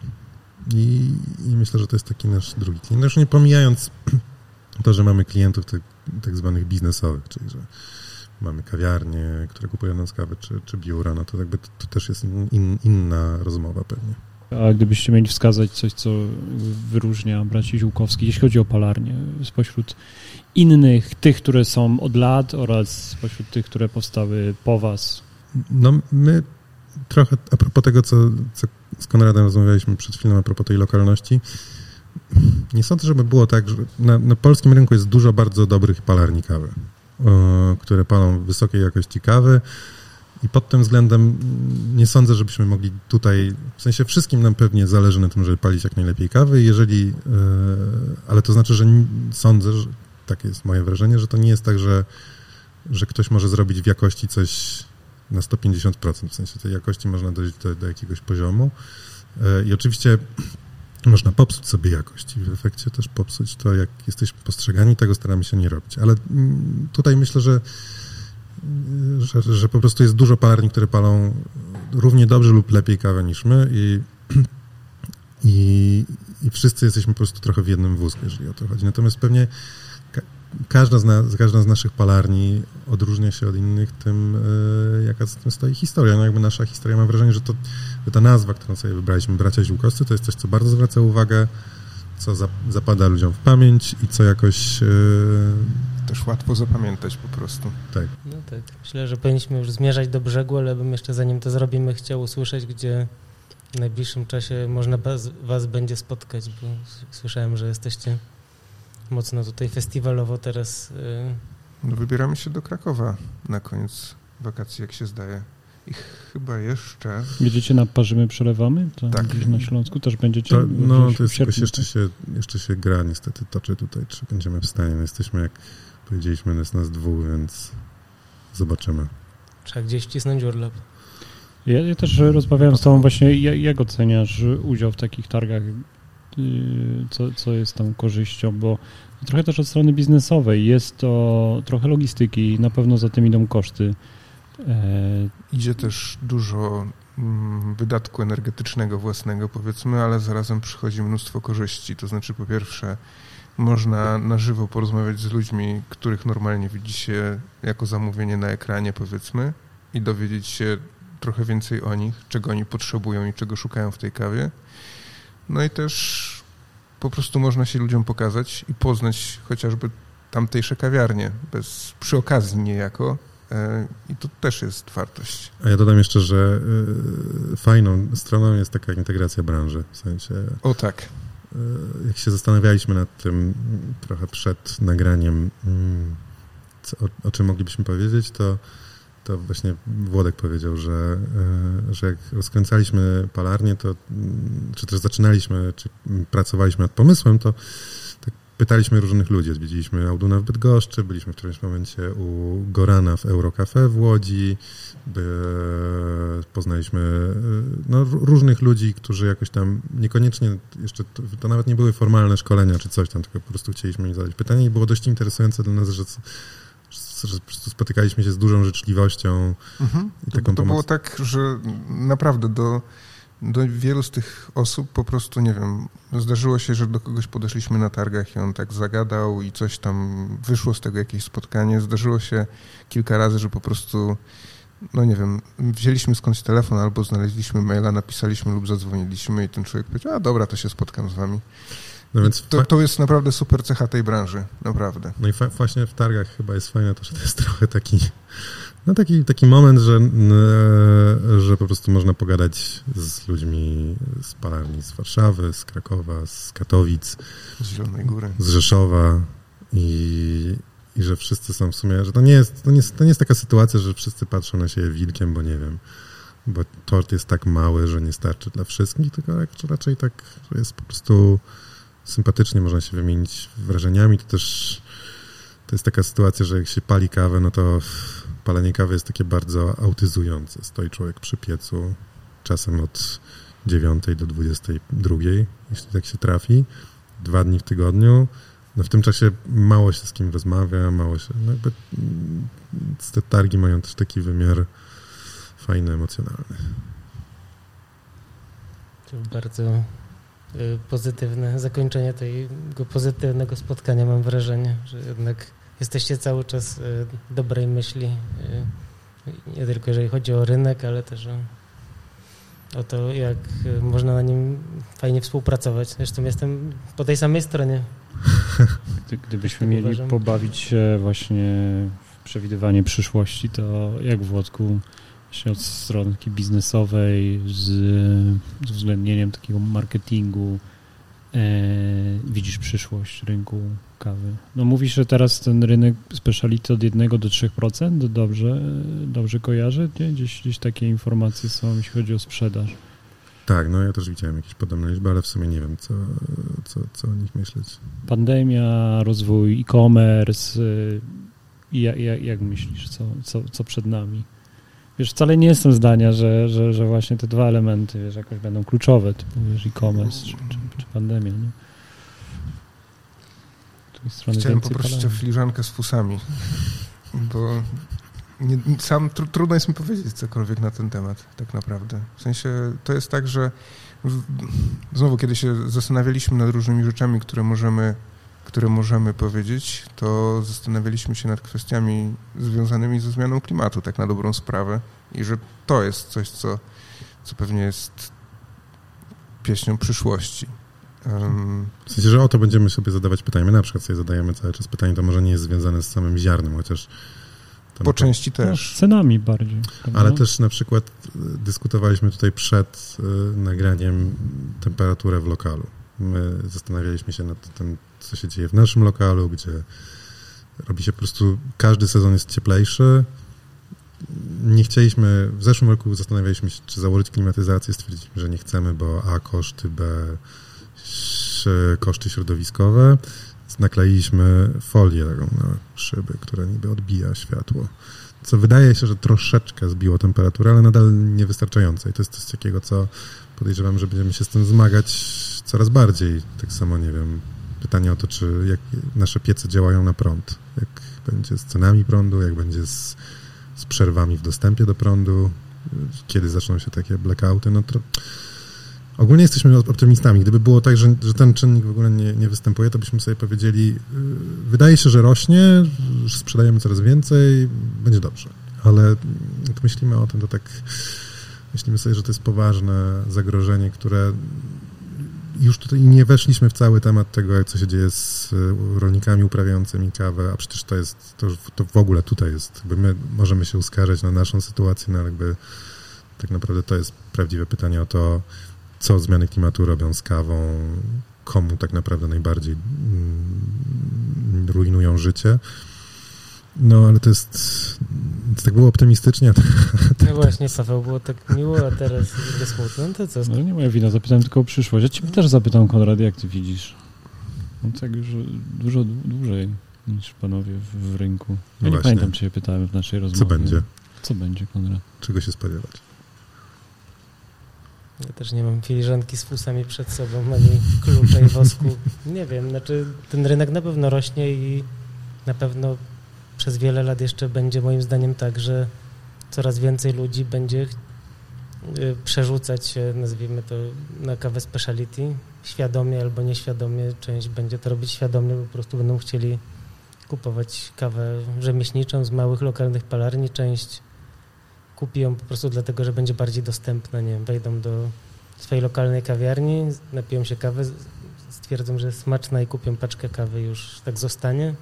I, i myślę, że to jest taki nasz drugi klient. Już nie pomijając to, że mamy klientów tak, tak zwanych biznesowych, czyli że mamy kawiarnie, które kupują nas kawę, czy, czy biura, no to jakby to, to też jest in, inna rozmowa pewnie. A gdybyście mieli wskazać coś, co wyróżnia braci Ziółkowskich, jeśli chodzi o palarnię, spośród innych, tych, które są od lat oraz spośród tych, które powstały po was? No my trochę a propos tego, co, co z Konradem rozmawialiśmy przed chwilą, a propos tej lokalności, nie sądzę, żeby było tak, że na, na polskim rynku jest dużo bardzo dobrych palarni kawy, o, które palą wysokiej jakości kawy i pod tym względem nie sądzę, żebyśmy mogli tutaj, w sensie wszystkim nam pewnie zależy na tym, żeby palić jak najlepiej kawy, jeżeli, yy, ale to znaczy, że nie, sądzę, że takie jest moje wrażenie, że to nie jest tak, że, że ktoś może zrobić w jakości coś na sto pięćdziesiąt procent, w sensie tej jakości można dojść do, do jakiegoś poziomu yy, i oczywiście można popsuć sobie jakość i w efekcie też popsuć to, jak jesteśmy postrzegani, tego staramy się nie robić, ale tutaj myślę, że Że, że po prostu jest dużo palarni, które palą równie dobrze lub lepiej kawę niż my i, i, i wszyscy jesteśmy po prostu trochę w jednym wózku, jeżeli o to chodzi. Natomiast pewnie ka- każda, z na, każda z naszych palarni odróżnia się od innych tym, yy, jaka z tym stoi historia. No jakby nasza historia, mam wrażenie, że, to, że ta nazwa, którą sobie wybraliśmy, Bracia Ziółkowscy, to jest coś, co bardzo zwraca uwagę, co za, zapada ludziom w pamięć i co jakoś... Yy, też łatwo zapamiętać po prostu. Tak. No tak. Myślę, że powinniśmy już zmierzać do brzegu, ale bym jeszcze zanim to zrobimy, chciał usłyszeć, gdzie w najbliższym czasie można was, was będzie spotkać, bo słyszałem, że jesteście mocno tutaj festiwalowo teraz. Yy... No wybieramy się do Krakowa na koniec wakacji, jak się zdaje. I chyba jeszcze... Jedziecie na Parzymy Przelewamy? To tak. Gdzieś na Śląsku też będziecie? To, no, to jest sierpniu, jeszcze, się, jeszcze się gra niestety toczy tutaj, czy będziemy w stanie. No, jesteśmy, jak powiedzieliśmy, jest nas dwóch, więc zobaczymy. Trzeba gdzieś wcisnąć urlop. Ja, ja też rozmawiałem z tobą właśnie, jak oceniasz udział w takich targach, co, co jest tam korzyścią, bo trochę też od strony biznesowej jest to trochę logistyki, na pewno za tym idą koszty. E... Idzie też dużo mm, wydatku energetycznego własnego, powiedzmy, ale zarazem przychodzi mnóstwo korzyści. To znaczy, po pierwsze, można na żywo porozmawiać z ludźmi, których normalnie widzi się jako zamówienie na ekranie, powiedzmy, i dowiedzieć się trochę więcej o nich, czego oni potrzebują i czego szukają w tej kawie. No i też po prostu można się ludziom pokazać i poznać chociażby tamtejsze kawiarnie, bez, przy okazji niejako. I to też jest wartość. A ja dodam jeszcze, że y, fajną stroną jest taka integracja branży. W sensie... O tak. Y, jak się zastanawialiśmy nad tym trochę przed nagraniem, y, co, o, o czym moglibyśmy powiedzieć, to, to właśnie Włodek powiedział, że, y, że jak rozkręcaliśmy palarnię, to, y, czy też zaczynaliśmy, czy pracowaliśmy nad pomysłem, to pytaliśmy różnych ludzi, odwiedziliśmy Auduna w Bydgoszczy, byliśmy w którymś momencie u Gorana w Eurocafe w Łodzi, by, poznaliśmy no, różnych ludzi, którzy jakoś tam niekoniecznie, jeszcze to, to nawet nie były formalne szkolenia czy coś tam, tylko po prostu chcieliśmy im zadać pytanie i było dość interesujące dla nas, że, że po prostu spotykaliśmy się z dużą życzliwością. Mhm. I taką to, to pomoc... było tak, że naprawdę do Do wielu z tych osób po prostu, nie wiem, zdarzyło się, że do kogoś podeszliśmy na targach i on tak zagadał i coś tam wyszło z tego jakieś spotkanie. Zdarzyło się kilka razy, że po prostu, no nie wiem, wzięliśmy skądś telefon albo znaleźliśmy maila, napisaliśmy lub zadzwoniliśmy i ten człowiek powiedział, a dobra, to się spotkam z wami. No więc to, to jest naprawdę super cecha tej branży, naprawdę. No i fa- właśnie w targach chyba jest fajne to, że to jest trochę taki, no taki, taki moment, że, że po prostu można pogadać z ludźmi z palarni z Warszawy, z Krakowa, z Katowic, z Zielonej Góry, z Rzeszowa i, i że wszyscy są w sumie, że to nie jest, to nie jest, to nie jest taka sytuacja, że wszyscy patrzą na siebie wilkiem, bo nie wiem, bo tort jest tak mały, że nie starczy dla wszystkich, tylko raczej tak, że jest po prostu sympatycznie, można się wymienić wrażeniami. To też to jest taka sytuacja, że jak się pali kawę, no to palenie kawy jest takie bardzo autyzujące. Stoi człowiek przy piecu, czasem od dziewiątej do dwudziestej drugiej, jeśli tak się trafi, dwa dni w tygodniu. No w tym czasie mało się z kim rozmawia, mało się, no jakby te targi mają też taki wymiar fajny, emocjonalny. To bardzo y, pozytywne zakończenie tego pozytywnego spotkania, mam wrażenie, że jednak jesteście cały czas y, dobrej myśli, y, nie tylko jeżeli chodzi o rynek, ale też o, o to, jak y, można na nim fajnie współpracować. Zresztą jestem po tej samej stronie. Gdy, gdybyśmy mieli uważam. pobawić się właśnie w przewidywanie przyszłości, to jak Włodku, właśnie od strony biznesowej, z, z uwzględnieniem takiego marketingu, e, widzisz przyszłość rynku kawy? No mówisz, że teraz ten rynek speciality od jednego do trzech procent, dobrze, dobrze kojarzę? Nie? Gdzieś, gdzieś takie informacje są, jeśli chodzi o sprzedaż. Tak, no ja też widziałem jakieś podobne liczby, ale w sumie nie wiem, co, co, co o nich myśleć. Pandemia, rozwój e-commerce, jak, jak, jak myślisz, co, co, co przed nami? Wiesz, wcale nie jestem zdania, że, że, że właśnie te dwa elementy, wiesz, jakoś będą kluczowe, typu wiesz, e-commerce czy, czy, czy pandemia, nie? Chciałem poprosić o filiżankę z fusami, bo nie, sam tr- trudno jest mi powiedzieć cokolwiek na ten temat, tak naprawdę. W sensie to jest tak, że w, znowu, kiedy się zastanawialiśmy nad różnymi rzeczami, które możemy, które możemy powiedzieć, to zastanawialiśmy się nad kwestiami związanymi ze zmianą klimatu, tak na dobrą sprawę, i że to jest coś, co, co pewnie jest pieśnią przyszłości. Um, w sensie, że o to będziemy sobie zadawać pytania. My na przykład sobie zadajemy cały czas pytanie, to może nie jest związane z samym ziarnem, chociaż po to, części też. No, z cenami bardziej. Prawda? Ale też na przykład dyskutowaliśmy tutaj przed y, nagraniem temperaturę w lokalu. My zastanawialiśmy się nad tym, co się dzieje w naszym lokalu, gdzie robi się po prostu, każdy sezon jest cieplejszy. Nie chcieliśmy, w zeszłym roku zastanawialiśmy się, czy założyć klimatyzację, stwierdziliśmy, że nie chcemy, bo A, koszty, B, koszty środowiskowe. Nakleiliśmy folię taką na szyby, która niby odbija światło. Co wydaje się, że troszeczkę zbiło temperaturę, ale nadal niewystarczająco. I to jest coś takiego, co podejrzewam, że będziemy się z tym zmagać coraz bardziej. Tak samo, nie wiem, pytanie o to, czy jak nasze piece działają na prąd. Jak będzie z cenami prądu, jak będzie z, z przerwami w dostępie do prądu, kiedy zaczną się takie blackouty, no to ogólnie jesteśmy optymistami. Gdyby było tak, że, że ten czynnik w ogóle nie, nie występuje, to byśmy sobie powiedzieli, yy, wydaje się, że rośnie, że sprzedajemy coraz więcej, będzie dobrze. Ale jak myślimy o tym, to tak myślimy sobie, że to jest poważne zagrożenie, które już tutaj nie weszliśmy w cały temat tego, jak co się dzieje z rolnikami uprawiającymi kawę, a przecież to jest, to, to w ogóle tutaj jest, jakby my możemy się uskarżać na naszą sytuację, no ale jakby tak naprawdę to jest prawdziwe pytanie o to, co zmiany klimatu robią z kawą, komu tak naprawdę najbardziej mm, rujnują życie. No, ale to jest, to tak było optymistycznie. No właśnie, Paweł, było tak miło, a teraz jest smutno. No to co? No nie moja wina, zapytałem tylko o przyszłość. Ja ciebie też zapytam, Konrad, jak ty widzisz? No tak już dużo dłużej niż panowie w, w rynku. Ja no nie właśnie. pamiętam, czy się pytałem w naszej rozmowie. Co będzie? Co będzie, Konrad? Czego się spodziewać? Ja też nie mam filiżanki z fusami przed sobą, ani klucza i wosku. Nie wiem, znaczy ten rynek na pewno rośnie i na pewno przez wiele lat jeszcze będzie moim zdaniem tak, że coraz więcej ludzi będzie przerzucać się, nazwijmy to, na kawę speciality, świadomie albo nieświadomie. Część będzie to robić świadomie, bo po prostu będą chcieli kupować kawę rzemieślniczą z małych, lokalnych palarni. Część kupi ją po prostu dlatego, że będzie bardziej dostępna, nie wiem, wejdą do swojej lokalnej kawiarni, napiją się kawy, stwierdzą, że jest smaczna i kupią paczkę kawy, już tak zostanie.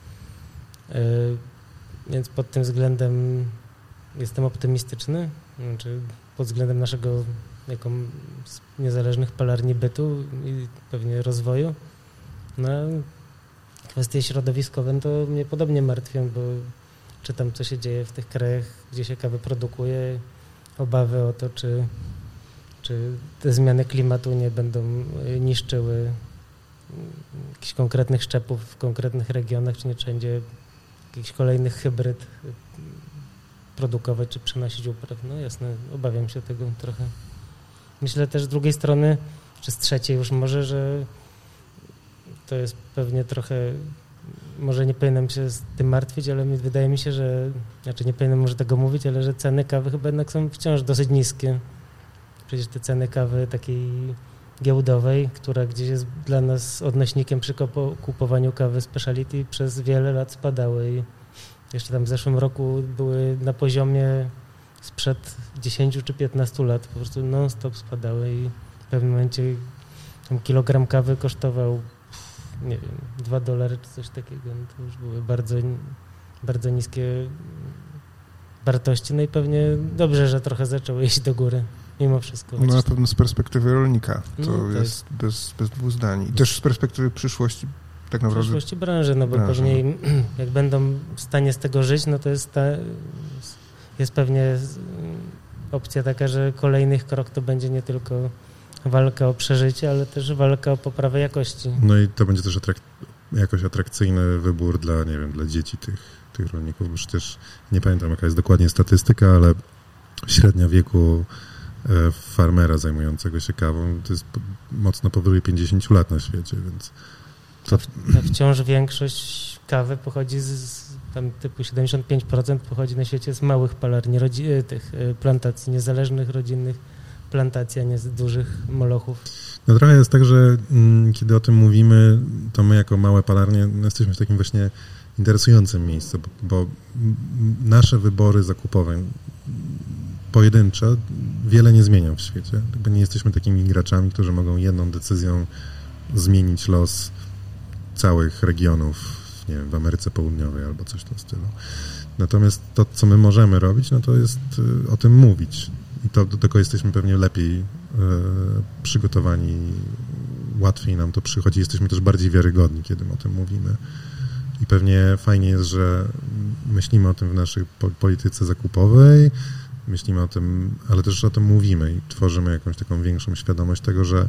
Więc pod tym względem jestem optymistyczny, znaczy pod względem naszego jako niezależnych palarni bytu i pewnie rozwoju. No, kwestie środowiskowe to mnie podobnie martwią, bo czytam, co się dzieje w tych krajach, gdzie się kawę produkuje, obawy o to, czy, czy te zmiany klimatu nie będą niszczyły jakichś konkretnych szczepów w konkretnych regionach, czy nie trzeba będzie jakiś kolejny hybryd produkować, czy przenosić upraw. No jasne, obawiam się tego trochę. Myślę też z drugiej strony, czy z trzeciej już może, że to jest pewnie trochę, może nie powinienem się z tym martwić, ale mi, wydaje mi się, że, znaczy nie powinienem może tego mówić, ale że ceny kawy chyba jednak są wciąż dosyć niskie. Przecież te ceny kawy takiej giełdowej, która gdzieś jest dla nas odnośnikiem przy kupowaniu kawy speciality, przez wiele lat spadały i jeszcze tam w zeszłym roku były na poziomie sprzed dziesięciu czy piętnastu lat, po prostu non-stop spadały i w pewnym momencie tam kilogram kawy kosztował, nie wiem, dwa dolary czy coś takiego. No to już były bardzo, bardzo niskie wartości, no i pewnie dobrze, że trochę zaczęły iść do góry. Mimo wszystko. No na pewno z perspektywy rolnika to no, tak. jest bez, bez dwóch zdań. I też z perspektywy przyszłości tak naprawdę... Przyszłości branży, no bo branży. Pewnie jak będą w stanie z tego żyć, no to jest, ta, jest pewnie opcja taka, że kolejny krok to będzie nie tylko walka o przeżycie, ale też walka o poprawę jakości. No i to będzie też atrak- jakoś atrakcyjny wybór dla, nie wiem, dla dzieci tych, tych rolników, bo przecież nie pamiętam jaka jest dokładnie statystyka, ale średnia wieku farmera zajmującego się kawą to jest mocno powyżej pięćdziesięciu lat na świecie, więc... To... To wciąż większość kawy pochodzi z, z tam typu siedemdziesiąt pięć procent pochodzi na świecie z małych palarni, rodzi- tych plantacji, niezależnych, rodzinnych plantacji, a nie z dużych molochów. No trochę jest tak, że mm, kiedy o tym mówimy, to my jako małe palarnie no, jesteśmy w takim właśnie interesującym miejscu, bo, bo nasze wybory zakupowe pojedyncze wiele nie zmienią w świecie. Jakby nie jesteśmy takimi graczami, którzy mogą jedną decyzją zmienić los całych regionów, nie wiem, w Ameryce Południowej albo coś w tym stylu. Natomiast to, co my możemy robić, no to jest y, o tym mówić. I to do tego jesteśmy pewnie lepiej y, przygotowani, łatwiej nam to przychodzi. Jesteśmy też bardziej wiarygodni, kiedy o tym mówimy. I pewnie fajnie jest, że myślimy o tym w naszej po- polityce zakupowej, myślimy o tym, ale też o tym mówimy i tworzymy jakąś taką większą świadomość tego, że,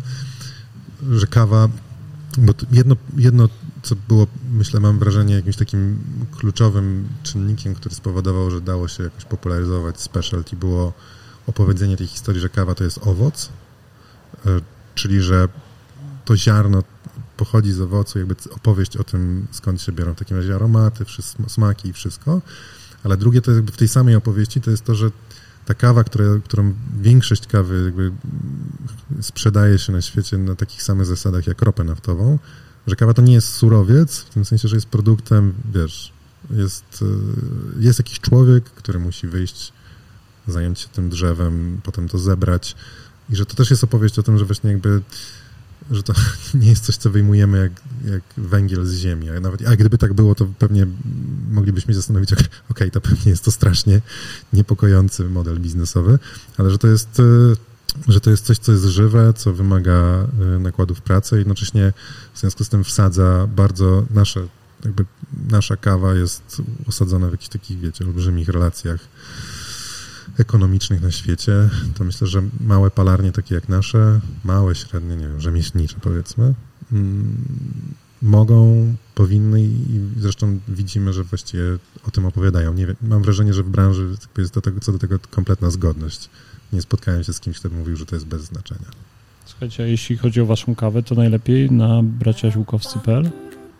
że kawa, bo jedno, jedno, co było, myślę, mam wrażenie, jakimś takim kluczowym czynnikiem, który spowodował, że dało się jakoś popularyzować specialty, było opowiedzenie tej historii, że kawa to jest owoc, czyli że to ziarno pochodzi z owocu, jakby opowieść o tym, skąd się biorą w takim razie aromaty, wszystko, smaki i wszystko, ale drugie to jakby w tej samej opowieści to jest to, że ta kawa, która, którą większość kawy jakby sprzedaje się na świecie na takich samych zasadach jak ropę naftową, że kawa to nie jest surowiec, w tym sensie, że jest produktem, wiesz, jest, jest jakiś człowiek, który musi wyjść, zająć się tym drzewem, potem to zebrać i że to też jest opowieść o tym, że właśnie jakby że to nie jest coś, co wyjmujemy jak, jak węgiel z ziemi. A, nawet, a gdyby tak było, to pewnie moglibyśmy się zastanowić, okej, okay, to pewnie jest to strasznie niepokojący model biznesowy, ale że to jest, że to jest coś, co jest żywe, co wymaga nakładów pracy i jednocześnie w związku z tym wsadza bardzo nasze, jakby nasza kawa jest osadzona w jakichś takich, wiecie, olbrzymich relacjach ekonomicznych na świecie, to myślę, że małe palarnie takie jak nasze, małe, średnie, nie wiem, rzemieślnicze powiedzmy, mm, mogą, powinny i zresztą widzimy, że właściwie o tym opowiadają. Nie wiem, mam wrażenie, że w branży jest do tego, co do tego kompletna zgodność. Nie spotkałem się z kimś, kto mówił, że to jest bez znaczenia. Słuchajcie, a jeśli chodzi o waszą kawę, to najlepiej na bracia ziółkowscy kropka p l?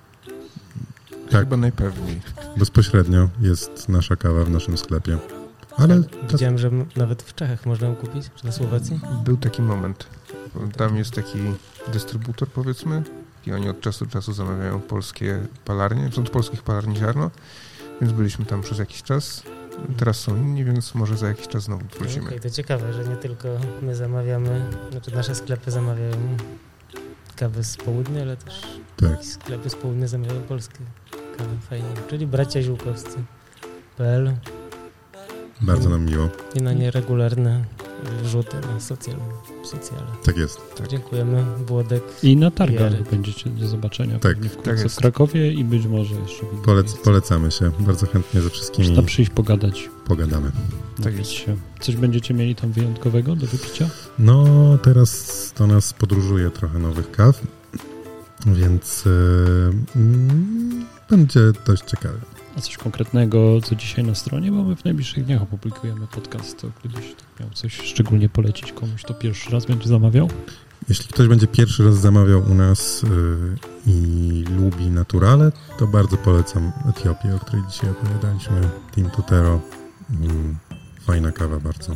Tak. Chyba najpewniej. Bezpośrednio jest nasza kawa w naszym sklepie. Ale widziałem, że nawet w Czechach można ją kupić, czy na Słowacji? Był taki moment. Tam jest taki dystrybutor, powiedzmy, i oni od czasu do czasu zamawiają polskie palarnie, są to polskich palarni ziarno, więc byliśmy tam przez jakiś czas. Teraz są inni, więc może za jakiś czas znowu wrócimy. Okay, to ciekawe, że nie tylko my zamawiamy, znaczy nasze sklepy zamawiają kawy z południa, ale też Tak. sklepy z południa zamawiają polskie kawy, fajnie. Czyli bracia ziółkowscy kropka p l Bardzo nam miło. i na nieregularne wrzuty na socjal, socjale. Tak jest. Tak. Dziękujemy, Włodek. I na targach Jarek. będziecie do zobaczenia Tak. pewnie wkrótce Tak w jest. Krakowie i być może jeszcze w innych Polec, miejscach. polecamy się. Bardzo chętnie ze wszystkimi Można przyjść pogadać. pogadamy. Tak napić jest. się. Coś będziecie mieli tam wyjątkowego do wypicia? No, teraz do nas podróżuje trochę nowych kaw, więc yy, mm, będzie dość ciekawe. A coś konkretnego, co dzisiaj na stronie? Bo my w najbliższych dniach opublikujemy podcast, to gdybyś tak miał coś szczególnie polecić komuś, to pierwszy raz będzie zamawiał? Jeśli ktoś będzie pierwszy raz zamawiał u nas yy, i lubi naturale, to bardzo polecam Etiopię, o której dzisiaj opowiadaliśmy. Team Tutero. Mm, fajna kawa bardzo.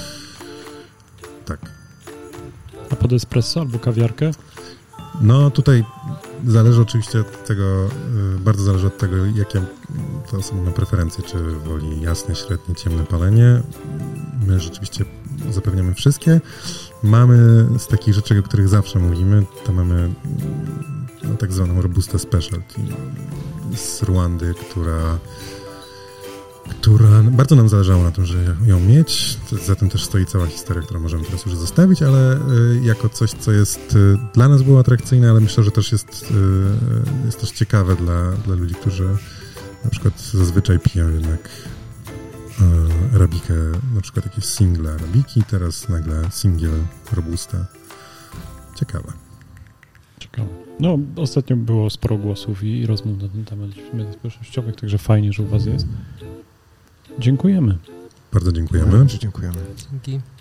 Tak. A pod espresso albo kawiarkę? No tutaj zależy oczywiście od tego, yy, bardzo zależy od tego, jakie to osoba ma preferencje, czy woli jasne, średnie, ciemne palenie. My rzeczywiście zapewniamy wszystkie. Mamy z takich rzeczy, o których zawsze mówimy, to mamy no, tak zwaną Robusta Specialty z Ruandy, która która bardzo nam zależało na tym, że ją mieć. Za tym też stoi cała historia, którą możemy teraz już zostawić, ale y, jako coś, co jest y, dla nas było atrakcyjne, ale myślę, że też jest, y, jest też ciekawe dla, dla ludzi, którzy na przykład zazwyczaj piją jednak y, arabikę, na przykład jakieś single arabiki, teraz nagle singiel Robusta. Ciekawe. Ciekawe. No, ostatnio było sporo głosów i rozmów na ten temat w mediach społecznościowych, także fajnie, że u was jest. Dziękujemy. Bardzo dziękujemy. Bardzo dziękujemy. Dzięki.